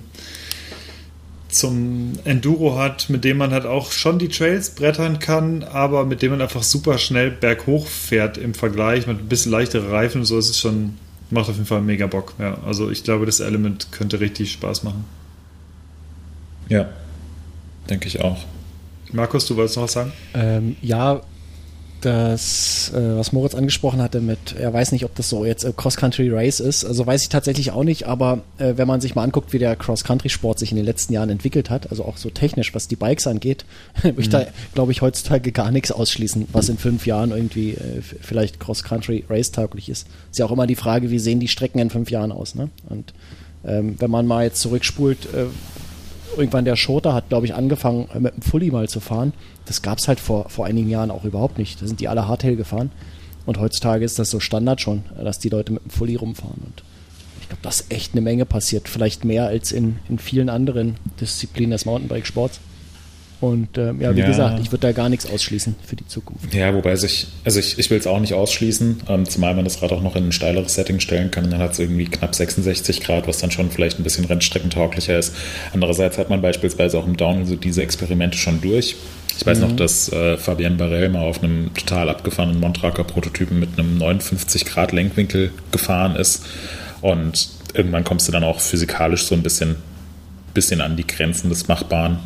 Enduro hat, mit dem man halt auch schon die Trails brettern kann, aber mit dem man einfach super schnell berghoch fährt im Vergleich mit ein bisschen leichtere Reifen und so. Es ist schon, macht auf jeden Fall mega Bock. Ja, also ich glaube, das Element könnte richtig Spaß machen. Ja, denke ich auch. Markus, du wolltest noch was sagen? Ja, das, was Moritz angesprochen hatte mit, er weiß nicht, ob das so jetzt Cross-Country-Race ist, also weiß ich tatsächlich auch nicht, aber wenn man sich mal anguckt, wie der Cross-Country-Sport sich in den letzten Jahren entwickelt hat, also auch so technisch, was die Bikes angeht, würde ich da, glaube ich, heutzutage gar nichts ausschließen, was in 5 Jahren irgendwie vielleicht Cross-Country-Race-tauglich ist. Ist ja auch immer die Frage, wie sehen die Strecken in 5 Jahren aus, ne? Und wenn man mal jetzt zurückspult, irgendwann der Shorter hat, glaube ich, angefangen mit dem Fully mal zu fahren. Das gab es halt vor einigen Jahren auch überhaupt nicht. Da sind die alle Hardtail gefahren. Und heutzutage ist das so Standard schon, dass die Leute mit dem Fully rumfahren. Und ich glaube, dass echt eine Menge passiert. Vielleicht mehr als in vielen anderen Disziplinen des Mountainbike-Sports. Und wie gesagt, ich würde da gar nichts ausschließen für die Zukunft. Ja, wobei ich will es auch nicht ausschließen, zumal man das Rad auch noch in ein steileres Setting stellen kann. Und dann hat es irgendwie knapp 66 Grad, was dann schon vielleicht ein bisschen rennstreckentauglicher ist. Andererseits hat man beispielsweise auch im Downhill so diese Experimente schon durch. Ich weiß noch, dass Fabien Barel mal auf einem total abgefahrenen Montraker-Prototypen mit einem 59 Grad Lenkwinkel gefahren ist. Und irgendwann kommst du dann auch physikalisch so ein bisschen an die Grenzen des Machbaren.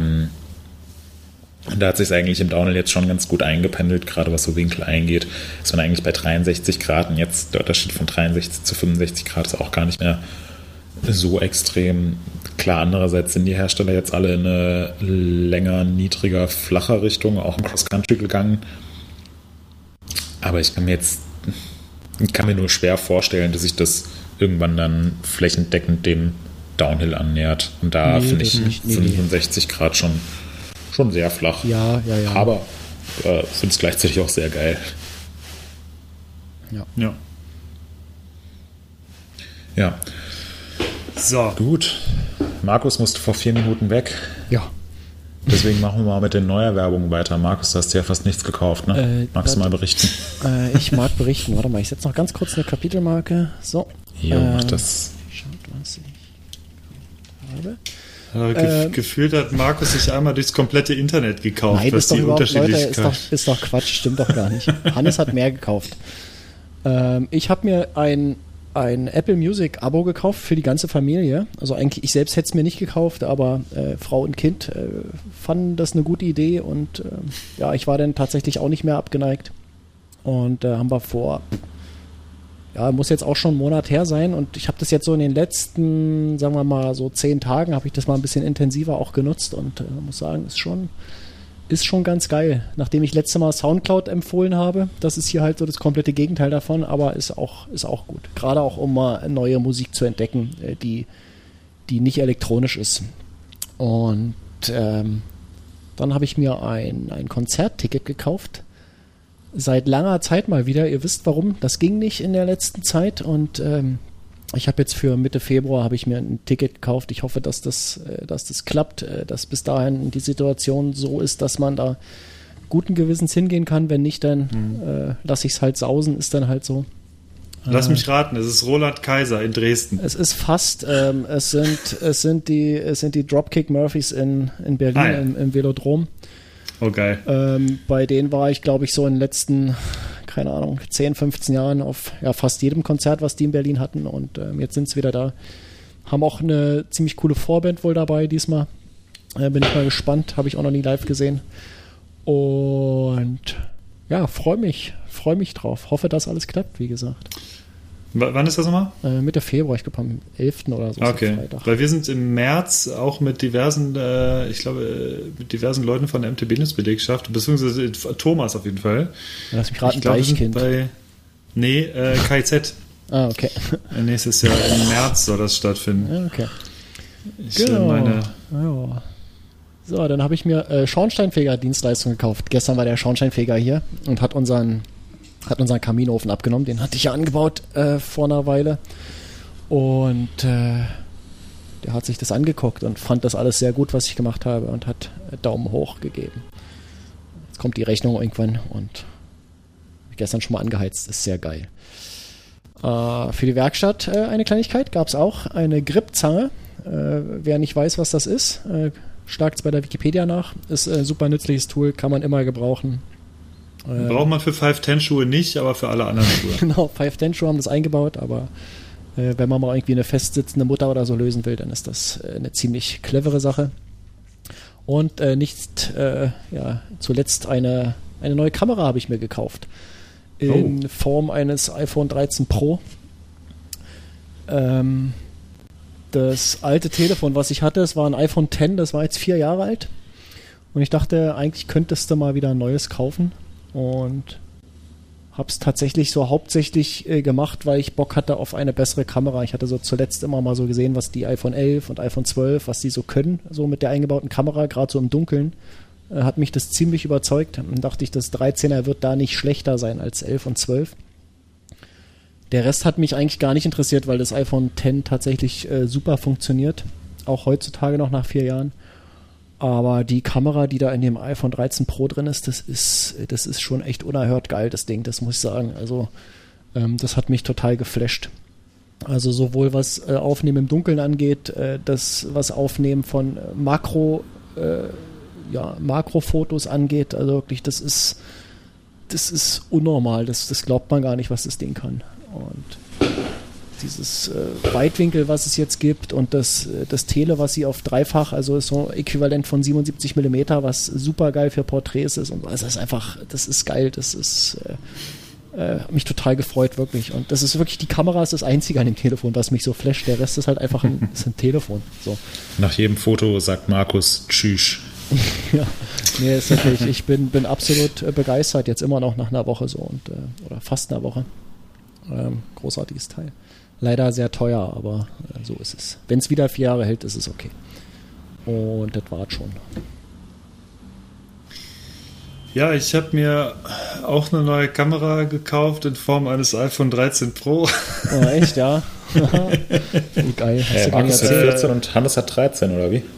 Und da hat sich eigentlich im Downhill jetzt schon ganz gut eingependelt, gerade was so Winkel eingeht. Ist man eigentlich bei 63 Grad und jetzt der Unterschied von 63 zu 65 Grad ist auch gar nicht mehr so extrem. Klar, andererseits sind die Hersteller jetzt alle in eine länger, niedriger, flacher Richtung, auch im Cross-Country gegangen. Aber ich kann mir nur schwer vorstellen, dass sich das irgendwann dann flächendeckend dem Downhill annähert. Und da finde ich 65 Grad schon sehr flach. Ja. Aber finde es gleichzeitig auch sehr geil. Ja. So. Gut. Markus musste vor 4 Minuten weg. Ja. Deswegen machen wir mal mit den Neuerwerbungen weiter. Markus, du hast ja fast nichts gekauft, ne? Magst du mal berichten? Ich mag berichten. Warte mal, ich setze noch ganz kurz eine Kapitelmarke. So. Jo, mach das. Schaut, was ich habe. Gefühlt hat Markus sich einmal durchs komplette Internet gekauft. Nein, was ist doch die überhaupt, Leute, ist doch Quatsch, stimmt doch gar nicht. Hannes hat mehr gekauft. Ich habe mir ein Apple Music Abo gekauft für die ganze Familie. Also eigentlich, ich selbst hätte es mir nicht gekauft, aber Frau und Kind fanden das eine gute Idee und ich war dann tatsächlich auch nicht mehr abgeneigt. Und haben wir muss jetzt auch schon einen Monat her sein und ich habe das jetzt so in den letzten, sagen wir mal so 10 Tagen, habe ich das mal ein bisschen intensiver auch genutzt und muss sagen, ist schon ist schon ganz geil. Nachdem ich letztes Mal Soundcloud empfohlen habe, das ist hier halt so das komplette Gegenteil davon, aber ist auch gut. Gerade auch, um mal neue Musik zu entdecken, die nicht elektronisch ist. Und dann habe ich mir ein Konzertticket gekauft. Seit langer Zeit mal wieder. Ihr wisst warum. Das ging nicht in der letzten Zeit. Und ich habe jetzt für Mitte Februar habe ich mir ein Ticket gekauft. Ich hoffe, dass das klappt, dass bis dahin die Situation so ist, dass man da guten Gewissens hingehen kann. Wenn nicht, dann lasse ich es halt sausen. Ist dann halt so. Lass mich raten, es ist Roland Kaiser in Dresden. Es ist fast, es sind die Dropkick Murphys in Berlin im Velodrom. Oh, geil. Bei denen war ich, glaube ich, so in den letzten, keine Ahnung, 10, 15 Jahren auf fast jedem Konzert, was die in Berlin hatten. Und jetzt sind sie wieder da. Haben auch eine ziemlich coole Vorband wohl dabei diesmal. Bin ich mal gespannt. Habe ich auch noch nie live gesehen. Und ja, freue mich drauf. Hoffe, dass alles klappt, wie gesagt. Wann ist das nochmal? Mitte Februar, ich glaube am 11. oder so. Okay, weil wir sind im März auch mit diversen, mit diversen Leuten von der MTB-Belegschaft, beziehungsweise Thomas auf jeden Fall. Lass mich raten, Deichkind. KIZ. Ah, okay. Nächstes Jahr im März soll das stattfinden. Ja, okay. Ja. So, dann habe ich mir Schornsteinfeger-Dienstleistung gekauft. Gestern war der Schornsteinfeger hier und hat unseren Kaminofen abgenommen. Den hatte ich ja angebaut vor einer Weile. Und der hat sich das angeguckt und fand das alles sehr gut, was ich gemacht habe, und hat Daumen hoch gegeben. Jetzt kommt die Rechnung irgendwann und gestern schon mal angeheizt. Ist sehr geil. Für die Werkstatt eine Kleinigkeit gab es auch. Eine Gripzange. Wer nicht weiß, was das ist, schlagt es bei der Wikipedia nach. Ist ein super nützliches Tool, kann man immer gebrauchen. Braucht man für 510-Schuhe nicht, aber für alle anderen Schuhe. Genau, 510-Schuhe haben das eingebaut, aber wenn man mal irgendwie eine festsitzende Mutter oder so lösen will, dann ist das eine ziemlich clevere Sache. Und nicht zuletzt eine neue Kamera habe ich mir gekauft. In Form eines iPhone 13 Pro. Das alte Telefon, was ich hatte, das war ein iPhone X, das war jetzt 4 Jahre alt. Und ich dachte, eigentlich könntest du mal wieder ein neues kaufen. Und habe es tatsächlich so hauptsächlich gemacht, weil ich Bock hatte auf eine bessere Kamera. Ich hatte so zuletzt immer mal so gesehen, was die iPhone 11 und iPhone 12, was die so können, so mit der eingebauten Kamera, gerade so im Dunkeln. Hat mich das ziemlich überzeugt. Dann dachte ich, das 13er wird da nicht schlechter sein als 11 und 12. Der Rest hat mich eigentlich gar nicht interessiert, weil das iPhone X tatsächlich super funktioniert. Auch heutzutage noch nach 4 Jahren. Aber die Kamera, die da in dem iPhone 13 Pro drin ist, das ist schon echt unerhört geil, das Ding, das muss ich sagen. Also das hat mich total geflasht. Also sowohl was Aufnehmen im Dunkeln angeht, das was Aufnehmen von Makrofotos angeht, also wirklich, das ist unnormal, das glaubt man gar nicht, was das Ding kann. Und dieses Weitwinkel, was es jetzt gibt, und das Tele, was sie auf dreifach, also ist so äquivalent von 77 mm, was super geil für Porträts ist, und also das ist geil, das ist hat mich total gefreut, wirklich. Und das ist wirklich, die Kamera ist das Einzige an dem Telefon, was mich so flasht. Der Rest ist halt einfach ein Telefon. So. Nach jedem Foto sagt Markus Tschüss. Ja, nee, ist natürlich, ich bin absolut begeistert, jetzt immer noch nach einer Woche so, und oder fast einer Woche. Großartiges Teil. Leider sehr teuer, aber so ist es. Wenn es wieder 4 Jahre hält, ist es okay. Und das war's schon. Ja, ich habe mir auch eine neue Kamera gekauft in Form eines iPhone 13 Pro. Oh, echt, ja? Geil. Markus hat 14 und Hannes hat 13, oder wie?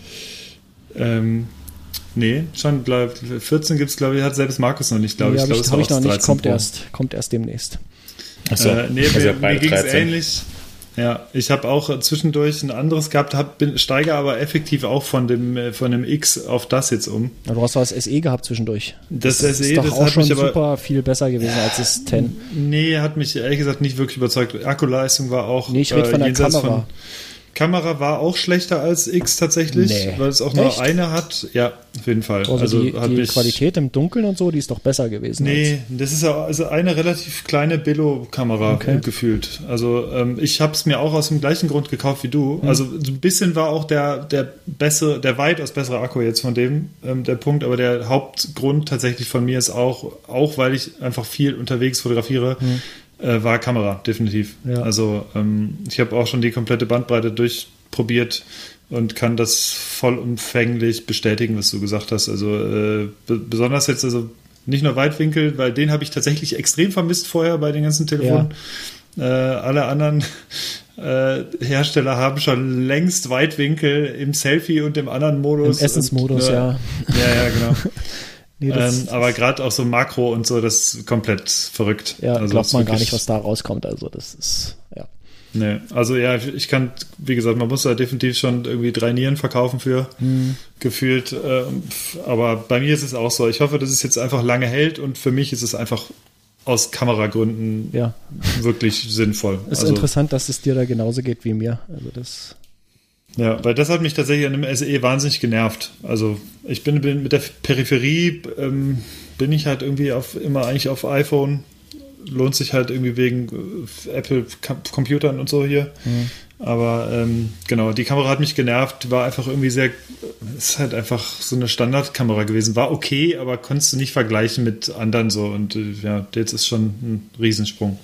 Nee, schon 14 gibt es, glaube ich, hat selbst Markus noch nicht, glaube ich. Habe ich noch nicht, kommt erst demnächst. Achso, mir ging es ähnlich. Ja, ich habe auch zwischendurch ein anderes gehabt, steige aber effektiv auch von dem X auf das jetzt um. Ja, du hast das SE gehabt zwischendurch. Das SE, ist doch das auch hat schon mich aber super viel besser gewesen als das 10. Nee, hat mich ehrlich gesagt nicht wirklich überzeugt. Akkuleistung war auch nee, ich rede von der Kamera. Kamera war auch schlechter als X tatsächlich, weil es auch nur eine hat. Ja, auf jeden Fall. Also die Qualität im Dunkeln und so, die ist doch besser gewesen. Nee, das ist ja also eine relativ kleine Billo-Kamera gefühlt. Also ich habe es mir auch aus dem gleichen Grund gekauft wie du. Also ein bisschen war auch der weitaus bessere Akku jetzt von dem der Punkt, aber der Hauptgrund tatsächlich von mir ist auch weil ich einfach viel unterwegs fotografiere, war Kamera, definitiv. Ja. Also ich habe auch schon die komplette Bandbreite durchprobiert und kann das vollumfänglich bestätigen, was du gesagt hast. Also besonders jetzt, also nicht nur Weitwinkel, weil den habe ich tatsächlich extrem vermisst vorher bei den ganzen Telefonen. Ja. Alle anderen Hersteller haben schon längst Weitwinkel im Selfie und im anderen Modus. Im Essensmodus, ja. Ja, genau. Nee, aber gerade auch so Makro und so, das ist komplett verrückt. Ja, also glaubt man gar nicht, was da rauskommt. Also das ist, ja. Nee, also ja, ich kann, wie gesagt, man muss da definitiv schon irgendwie 3 Nieren verkaufen für, gefühlt. Aber bei mir ist es auch so. Ich hoffe, dass es jetzt einfach lange hält und für mich ist es einfach aus Kameragründen wirklich sinnvoll. Es ist interessant, dass es dir da genauso geht wie mir. Also das... Ja, weil das hat mich tatsächlich an dem SE wahnsinnig genervt. Also ich bin mit der Peripherie bin ich halt irgendwie immer eigentlich auf iPhone. Lohnt sich halt irgendwie wegen Apple Computern und so hier. Aber genau, die Kamera hat mich genervt. War einfach irgendwie ist halt einfach so eine Standardkamera gewesen. War okay, aber konntest du nicht vergleichen mit anderen so. Und jetzt ist schon ein Riesensprung.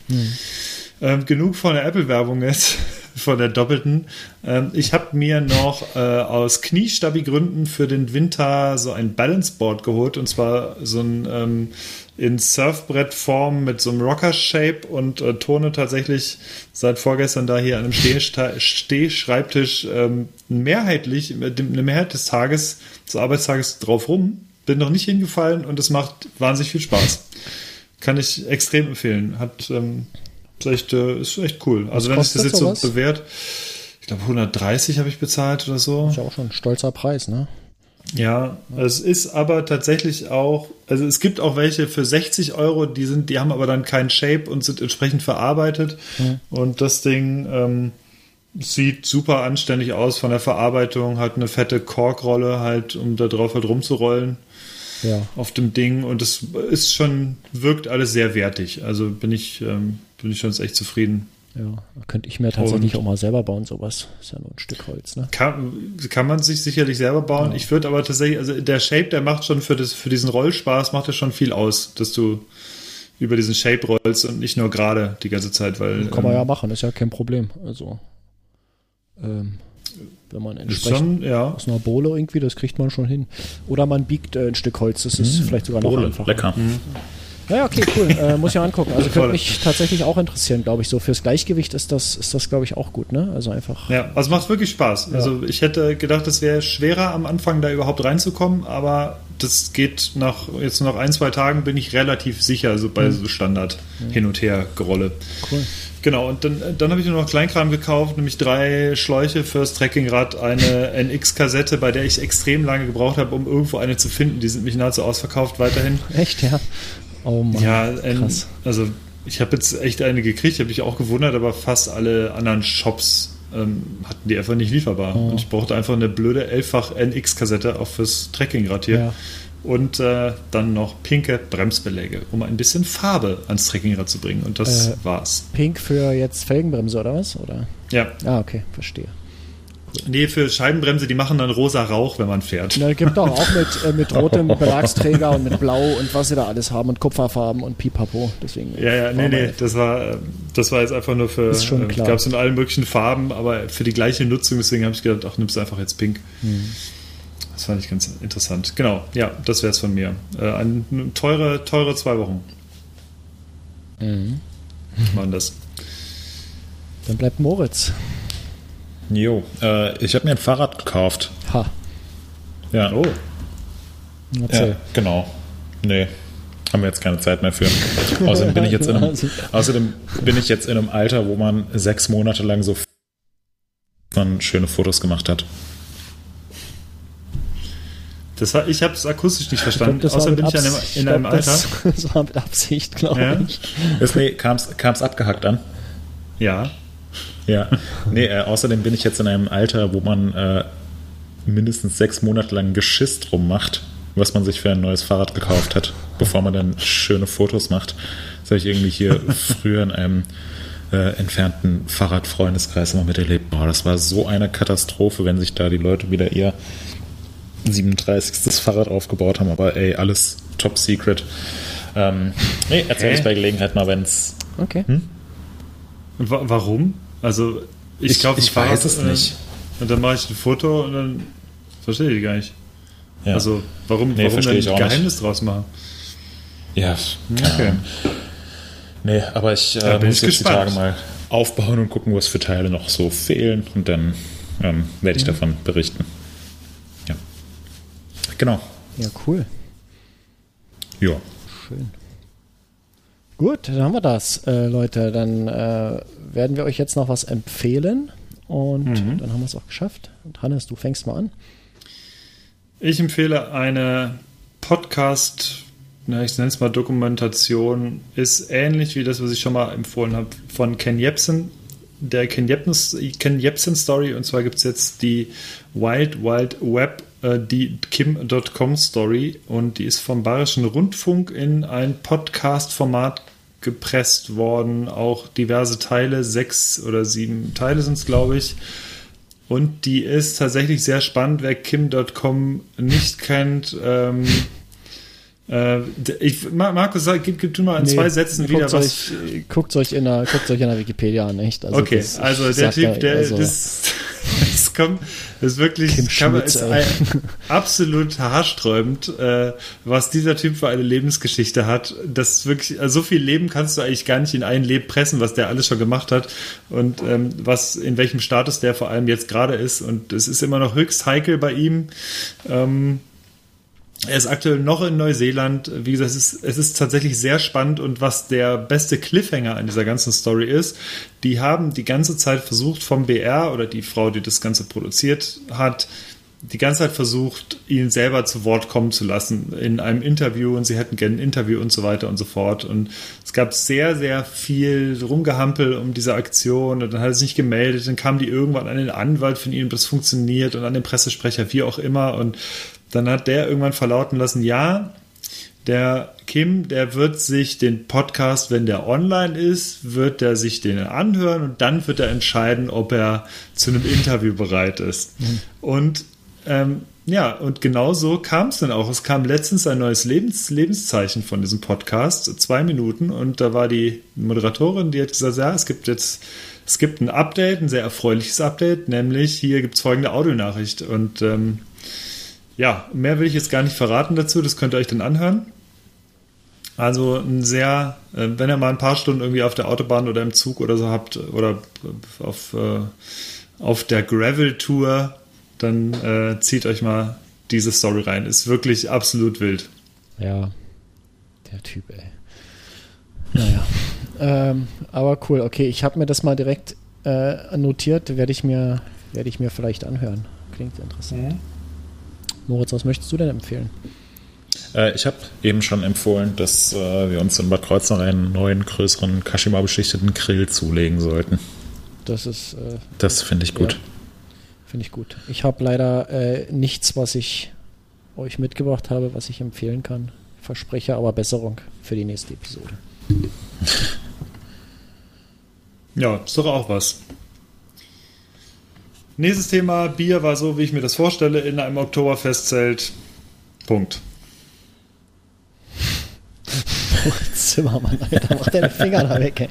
Genug von der Apple-Werbung jetzt, von der doppelten. Ich habe mir noch aus Kniestabi-Gründen für den Winter so ein Balanceboard geholt, und zwar so ein in Surfbrettform mit so einem Rocker-Shape und turne tatsächlich seit vorgestern da hier an einem Stehschreibtisch eine Mehrheit des Arbeitstages drauf rum. Bin noch nicht hingefallen und es macht wahnsinnig viel Spaß. Kann ich extrem empfehlen. Ist echt cool. Also wenn es das jetzt so bewährt, ich glaube 130 habe ich bezahlt oder so. Ist ja auch schon ein stolzer Preis, ne? Ja, es ist aber tatsächlich auch, also es gibt auch welche für 60 Euro, die haben aber dann keinen Shape und sind entsprechend verarbeitet. Und das Ding sieht super anständig aus von der Verarbeitung, hat eine fette Korkrolle halt, um da drauf halt rumzurollen. Ja. Auf dem Ding, und es ist wirkt alles sehr wertig. Also bin ich schon echt zufrieden. Ja, könnte ich mir tatsächlich auch mal selber bauen, sowas. Ist ja nur ein Stück Holz, ne? Kann man sich sicherlich selber bauen. Ja. Ich würde aber tatsächlich, also der Shape, der macht schon für diesen Rollspaß, macht er schon viel aus, dass du über diesen Shape rollst und nicht nur gerade die ganze Zeit, weil... Kann man ja machen, ist ja kein Problem. Also, wenn man entsprechend aus einer Bohle irgendwie, das kriegt man schon hin. Oder man biegt ein Stück Holz, das ist vielleicht sogar noch einfacher. Lecker. Ja, okay, cool. Muss ich mal angucken. Also könnte mich tatsächlich auch interessieren, glaube ich. So fürs Gleichgewicht ist das glaube ich, auch gut, ne? Also einfach. Ja, also macht wirklich Spaß. Ja. Also ich hätte gedacht, es wäre schwerer am Anfang da überhaupt reinzukommen, aber das geht nach 1-2 Tagen, bin ich relativ sicher, so bei so Standard hin und her Gerolle. Cool. Genau, und dann habe ich nur noch Kleinkram gekauft, nämlich 3 Schläuche fürs Trekkingrad, eine NX-Kassette, bei der ich extrem lange gebraucht habe, um irgendwo eine zu finden. Die sind mich nahezu ausverkauft weiterhin. Echt, ja? Oh Mann, ja, krass. Also ich habe jetzt echt eine gekriegt, habe ich auch gewundert, aber fast alle anderen Shops hatten die einfach nicht lieferbar. Und ich brauchte einfach eine blöde 11-fach NX-Kassette auch fürs Trekkingrad hier. Ja. Und dann noch pinke Bremsbeläge, um ein bisschen Farbe ans Trekkingrad zu bringen. Und das war's. Pink für jetzt Felgenbremse oder was? Oder? Ja. Ah, okay, verstehe. Nee, für Scheibenbremse, die machen dann rosa Rauch, wenn man fährt. Ja, gibt doch auch mit rotem Belagsträger und mit Blau und was sie da alles haben und Kupferfarben und Pipapo. Deswegen das war jetzt einfach nur für, gab es in allen möglichen Farben, aber für die gleiche Nutzung, deswegen habe ich gedacht, nimmst du einfach jetzt pink. Das fand ich ganz interessant. Genau, ja, das wäre es von mir. Eine teure 2 Wochen. Waren das. Dann bleibt Moritz. Jo, ich habe mir ein Fahrrad gekauft. Ha. Ja. Oh. Ja, genau. Nee, haben wir jetzt keine Zeit mehr für. Außerdem bin ich jetzt in einem Alter, wo man 6 Monate lang so schöne Fotos gemacht hat. Ich habe es akustisch nicht verstanden. Außerdem bin ich in einem Alter. Das war mit Absicht, glaube ich. Kam es abgehackt an? Ja. Ja, nee, außerdem bin ich jetzt in einem Alter, wo man mindestens 6 Monate lang Geschiss drum macht, was man sich für ein neues Fahrrad gekauft hat, bevor man dann schöne Fotos macht. Das habe ich irgendwie hier früher in einem entfernten Fahrradfreundeskreis immer miterlebt. Boah, das war so eine Katastrophe, wenn sich da die Leute wieder ihr 37. Fahrrad aufgebaut haben, aber ey, alles top secret. Nee, erzähl ich bei Gelegenheit mal, wenn's... Okay. Warum? Also, ich glaube, ich weiß es nicht. Und dann mache ich ein Foto und dann verstehe ich gar nicht. Ja. Also, warum dann ein Geheimnis draus machen? Ja, keine Ahnung. Nee, aber ich muss jetzt die Tage mal aufbauen und gucken, was für Teile noch so fehlen und dann werde ich davon berichten. Ja. Genau. Ja, cool. Ja. Schön. Gut, dann haben wir das, Leute. Dann werden wir euch jetzt noch was empfehlen und dann haben wir es auch geschafft. Und Hannes, du fängst mal an. Ich empfehle eine Podcast, ich nenne es mal Dokumentation, ist ähnlich wie das, was ich schon mal empfohlen habe, von Ken Jebsen, der Ken Jebsen Story. Und zwar gibt es jetzt die Wild Wild Web, die Kim.com Story, und die ist vom Bayerischen Rundfunk in ein Podcast-Format gepresst worden. Auch diverse Teile, 6 oder 7 Teile sind es, glaube ich. Und die ist tatsächlich sehr spannend. Wer Kim.com nicht kennt, Markus, gib du mal in 2 Sätzen wieder was. Guckt euch in der Wikipedia an, echt? Also okay, also der Typ, das ist wirklich absolut haarsträubend, was dieser Typ für eine Lebensgeschichte hat. Das ist wirklich, also so viel Leben kannst du eigentlich gar nicht in ein Leben pressen, was der alles schon gemacht hat und in welchem Status der vor allem jetzt gerade ist. Und es ist immer noch höchst heikel bei ihm. Er ist aktuell noch in Neuseeland. Wie gesagt, es ist tatsächlich sehr spannend, und was der beste Cliffhanger an dieser ganzen Story ist, die haben die ganze Zeit versucht vom BR, oder die Frau, die das Ganze produziert hat, die ganze Zeit versucht, ihn selber zu Wort kommen zu lassen in einem Interview, und sie hätten gerne ein Interview und so weiter und so fort. Und es gab sehr, sehr viel Rumgehampel um diese Aktion, und dann hat er sich nicht gemeldet, dann kam die irgendwann an den Anwalt von ihm, ob das funktioniert, und an den Pressesprecher, wie auch immer, und dann hat der irgendwann verlauten lassen, ja, der Kim, der wird sich den Podcast, wenn der online ist, wird er sich den anhören, und dann wird er entscheiden, ob er zu einem Interview bereit ist. Und und genau so kam es dann auch. Es kam letztens ein neues Lebenszeichen von diesem Podcast, 2 Minuten, und da war die Moderatorin, die hat gesagt, ja, es gibt ein Update, ein sehr erfreuliches Update, nämlich hier gibt es folgende Audionachricht, und mehr will ich jetzt gar nicht verraten dazu, das könnt ihr euch dann anhören. Also ein sehr, wenn ihr mal ein paar Stunden irgendwie auf der Autobahn oder im Zug oder so habt, oder auf der Gravel-Tour, dann zieht euch mal diese Story rein. Ist wirklich absolut wild. Ja, der Typ, ey. Naja, aber cool. Okay, ich habe mir das mal direkt notiert, werde ich mir vielleicht anhören. Klingt interessant. Moritz, was möchtest du denn empfehlen? Ich habe eben schon empfohlen, dass wir uns in Bad Kreuznach einen neuen, größeren Kashima-beschichteten Grill zulegen sollten. Das finde ich gut. Ja, finde ich gut. Ich habe leider nichts, was ich euch mitgebracht habe, was ich empfehlen kann. Verspreche aber Besserung für die nächste Episode. Ja, ist doch auch was. Nächstes Thema, Bier war so, wie ich mir das vorstelle, in einem Oktoberfestzelt. Punkt. Zimmermann, Alter, mach deine Finger da weg.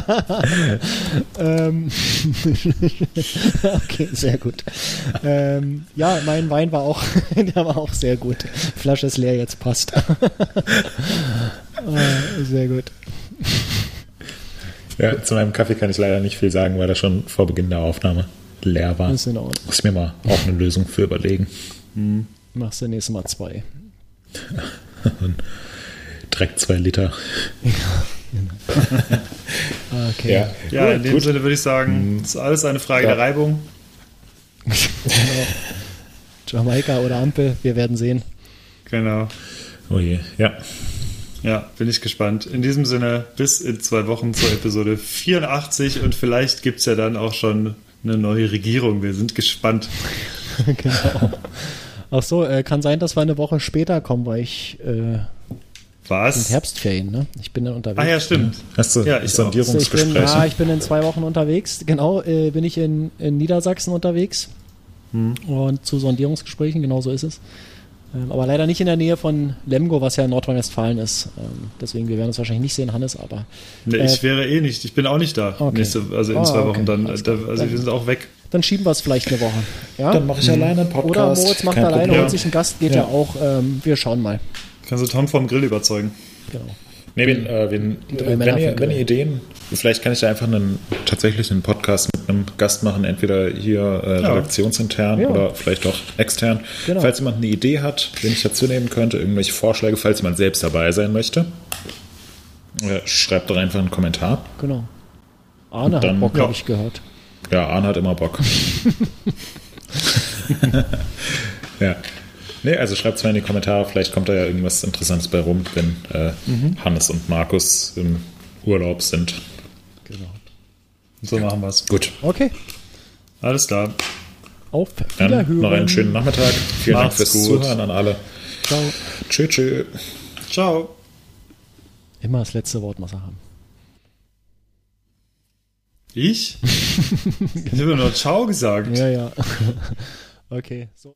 Okay, sehr gut. Ja, mein Wein war auch, der war auch sehr gut. Flasche ist leer, jetzt passt. Sehr gut. Ja, zu meinem Kaffee kann ich leider nicht viel sagen, weil er schon vor Beginn der Aufnahme leer war. Muss ich mir mal auch eine Lösung für überlegen. Machst du nächstes Mal 2. Direkt 2 Liter. Okay. Ja, in dem Sinne würde ich sagen, es ist alles eine Frage der Reibung. Genau. Jamaika oder Ampel, wir werden sehen. Genau. Oh je, ja. Ja, bin ich gespannt. In diesem Sinne, bis in 2 Wochen zur Episode 84 und vielleicht gibt es ja dann auch schon eine neue Regierung. Wir sind gespannt. Genau. Ach so, kann sein, dass wir eine Woche später kommen, weil ich Was? sind Herbstferien, ne? Ich bin dann unterwegs. Ah ja, stimmt. Hast du Ja, ich Sondierungsgespräche? Ich bin in 2 Wochen unterwegs. Genau, bin ich in Niedersachsen unterwegs. Und zu Sondierungsgesprächen, genau so ist es. Aber leider nicht in der Nähe von Lemgo, was ja in Nordrhein-Westfalen ist. Deswegen, wir werden uns wahrscheinlich nicht sehen, Hannes, aber... Nee, ich wäre nicht. Ich bin auch nicht da. Okay. Also in 2 Wochen dann. Alles klar. Also wir sind auch weg. Dann schieben wir es vielleicht eine Woche. Ja? Dann mache ich alleine einen Podcast. Oder Moritz macht Kein alleine, Problem. holt sich einen Gast, geht ja, Ja. auch. Wir schauen mal. Kannst du Tom vom Grill überzeugen? Genau. Nee, drei Männer wenn ihr Ideen, vielleicht kann ich da einfach tatsächlich einen Podcast mit einem Gast machen, entweder hier redaktionsintern Ja. oder vielleicht auch extern. Genau. Falls jemand eine Idee hat, den ich dazu nehmen könnte, irgendwelche Vorschläge, falls jemand selbst dabei sein möchte, schreibt doch einfach einen Kommentar. Genau. Arne hat dann- Bock, ja. habe ich gehört. Ja, Arne hat immer Bock. Ja. Nee, also schreibt es mal in die Kommentare, vielleicht kommt da ja irgendwas Interessantes bei rum, wenn Hannes und Markus im Urlaub sind. Genau. So machen wir es. Gut, Okay. Alles klar. Auf dann Wiederhören. noch einen schönen Nachmittag. Vielen Macht's Dank fürs gut. Zuhören an alle. Ciao. Tschö, tschö. Ciao. Immer das letzte Wort muss er haben. Ich? Ich habe nur noch Ciao gesagt. Ja, ja. Okay. So.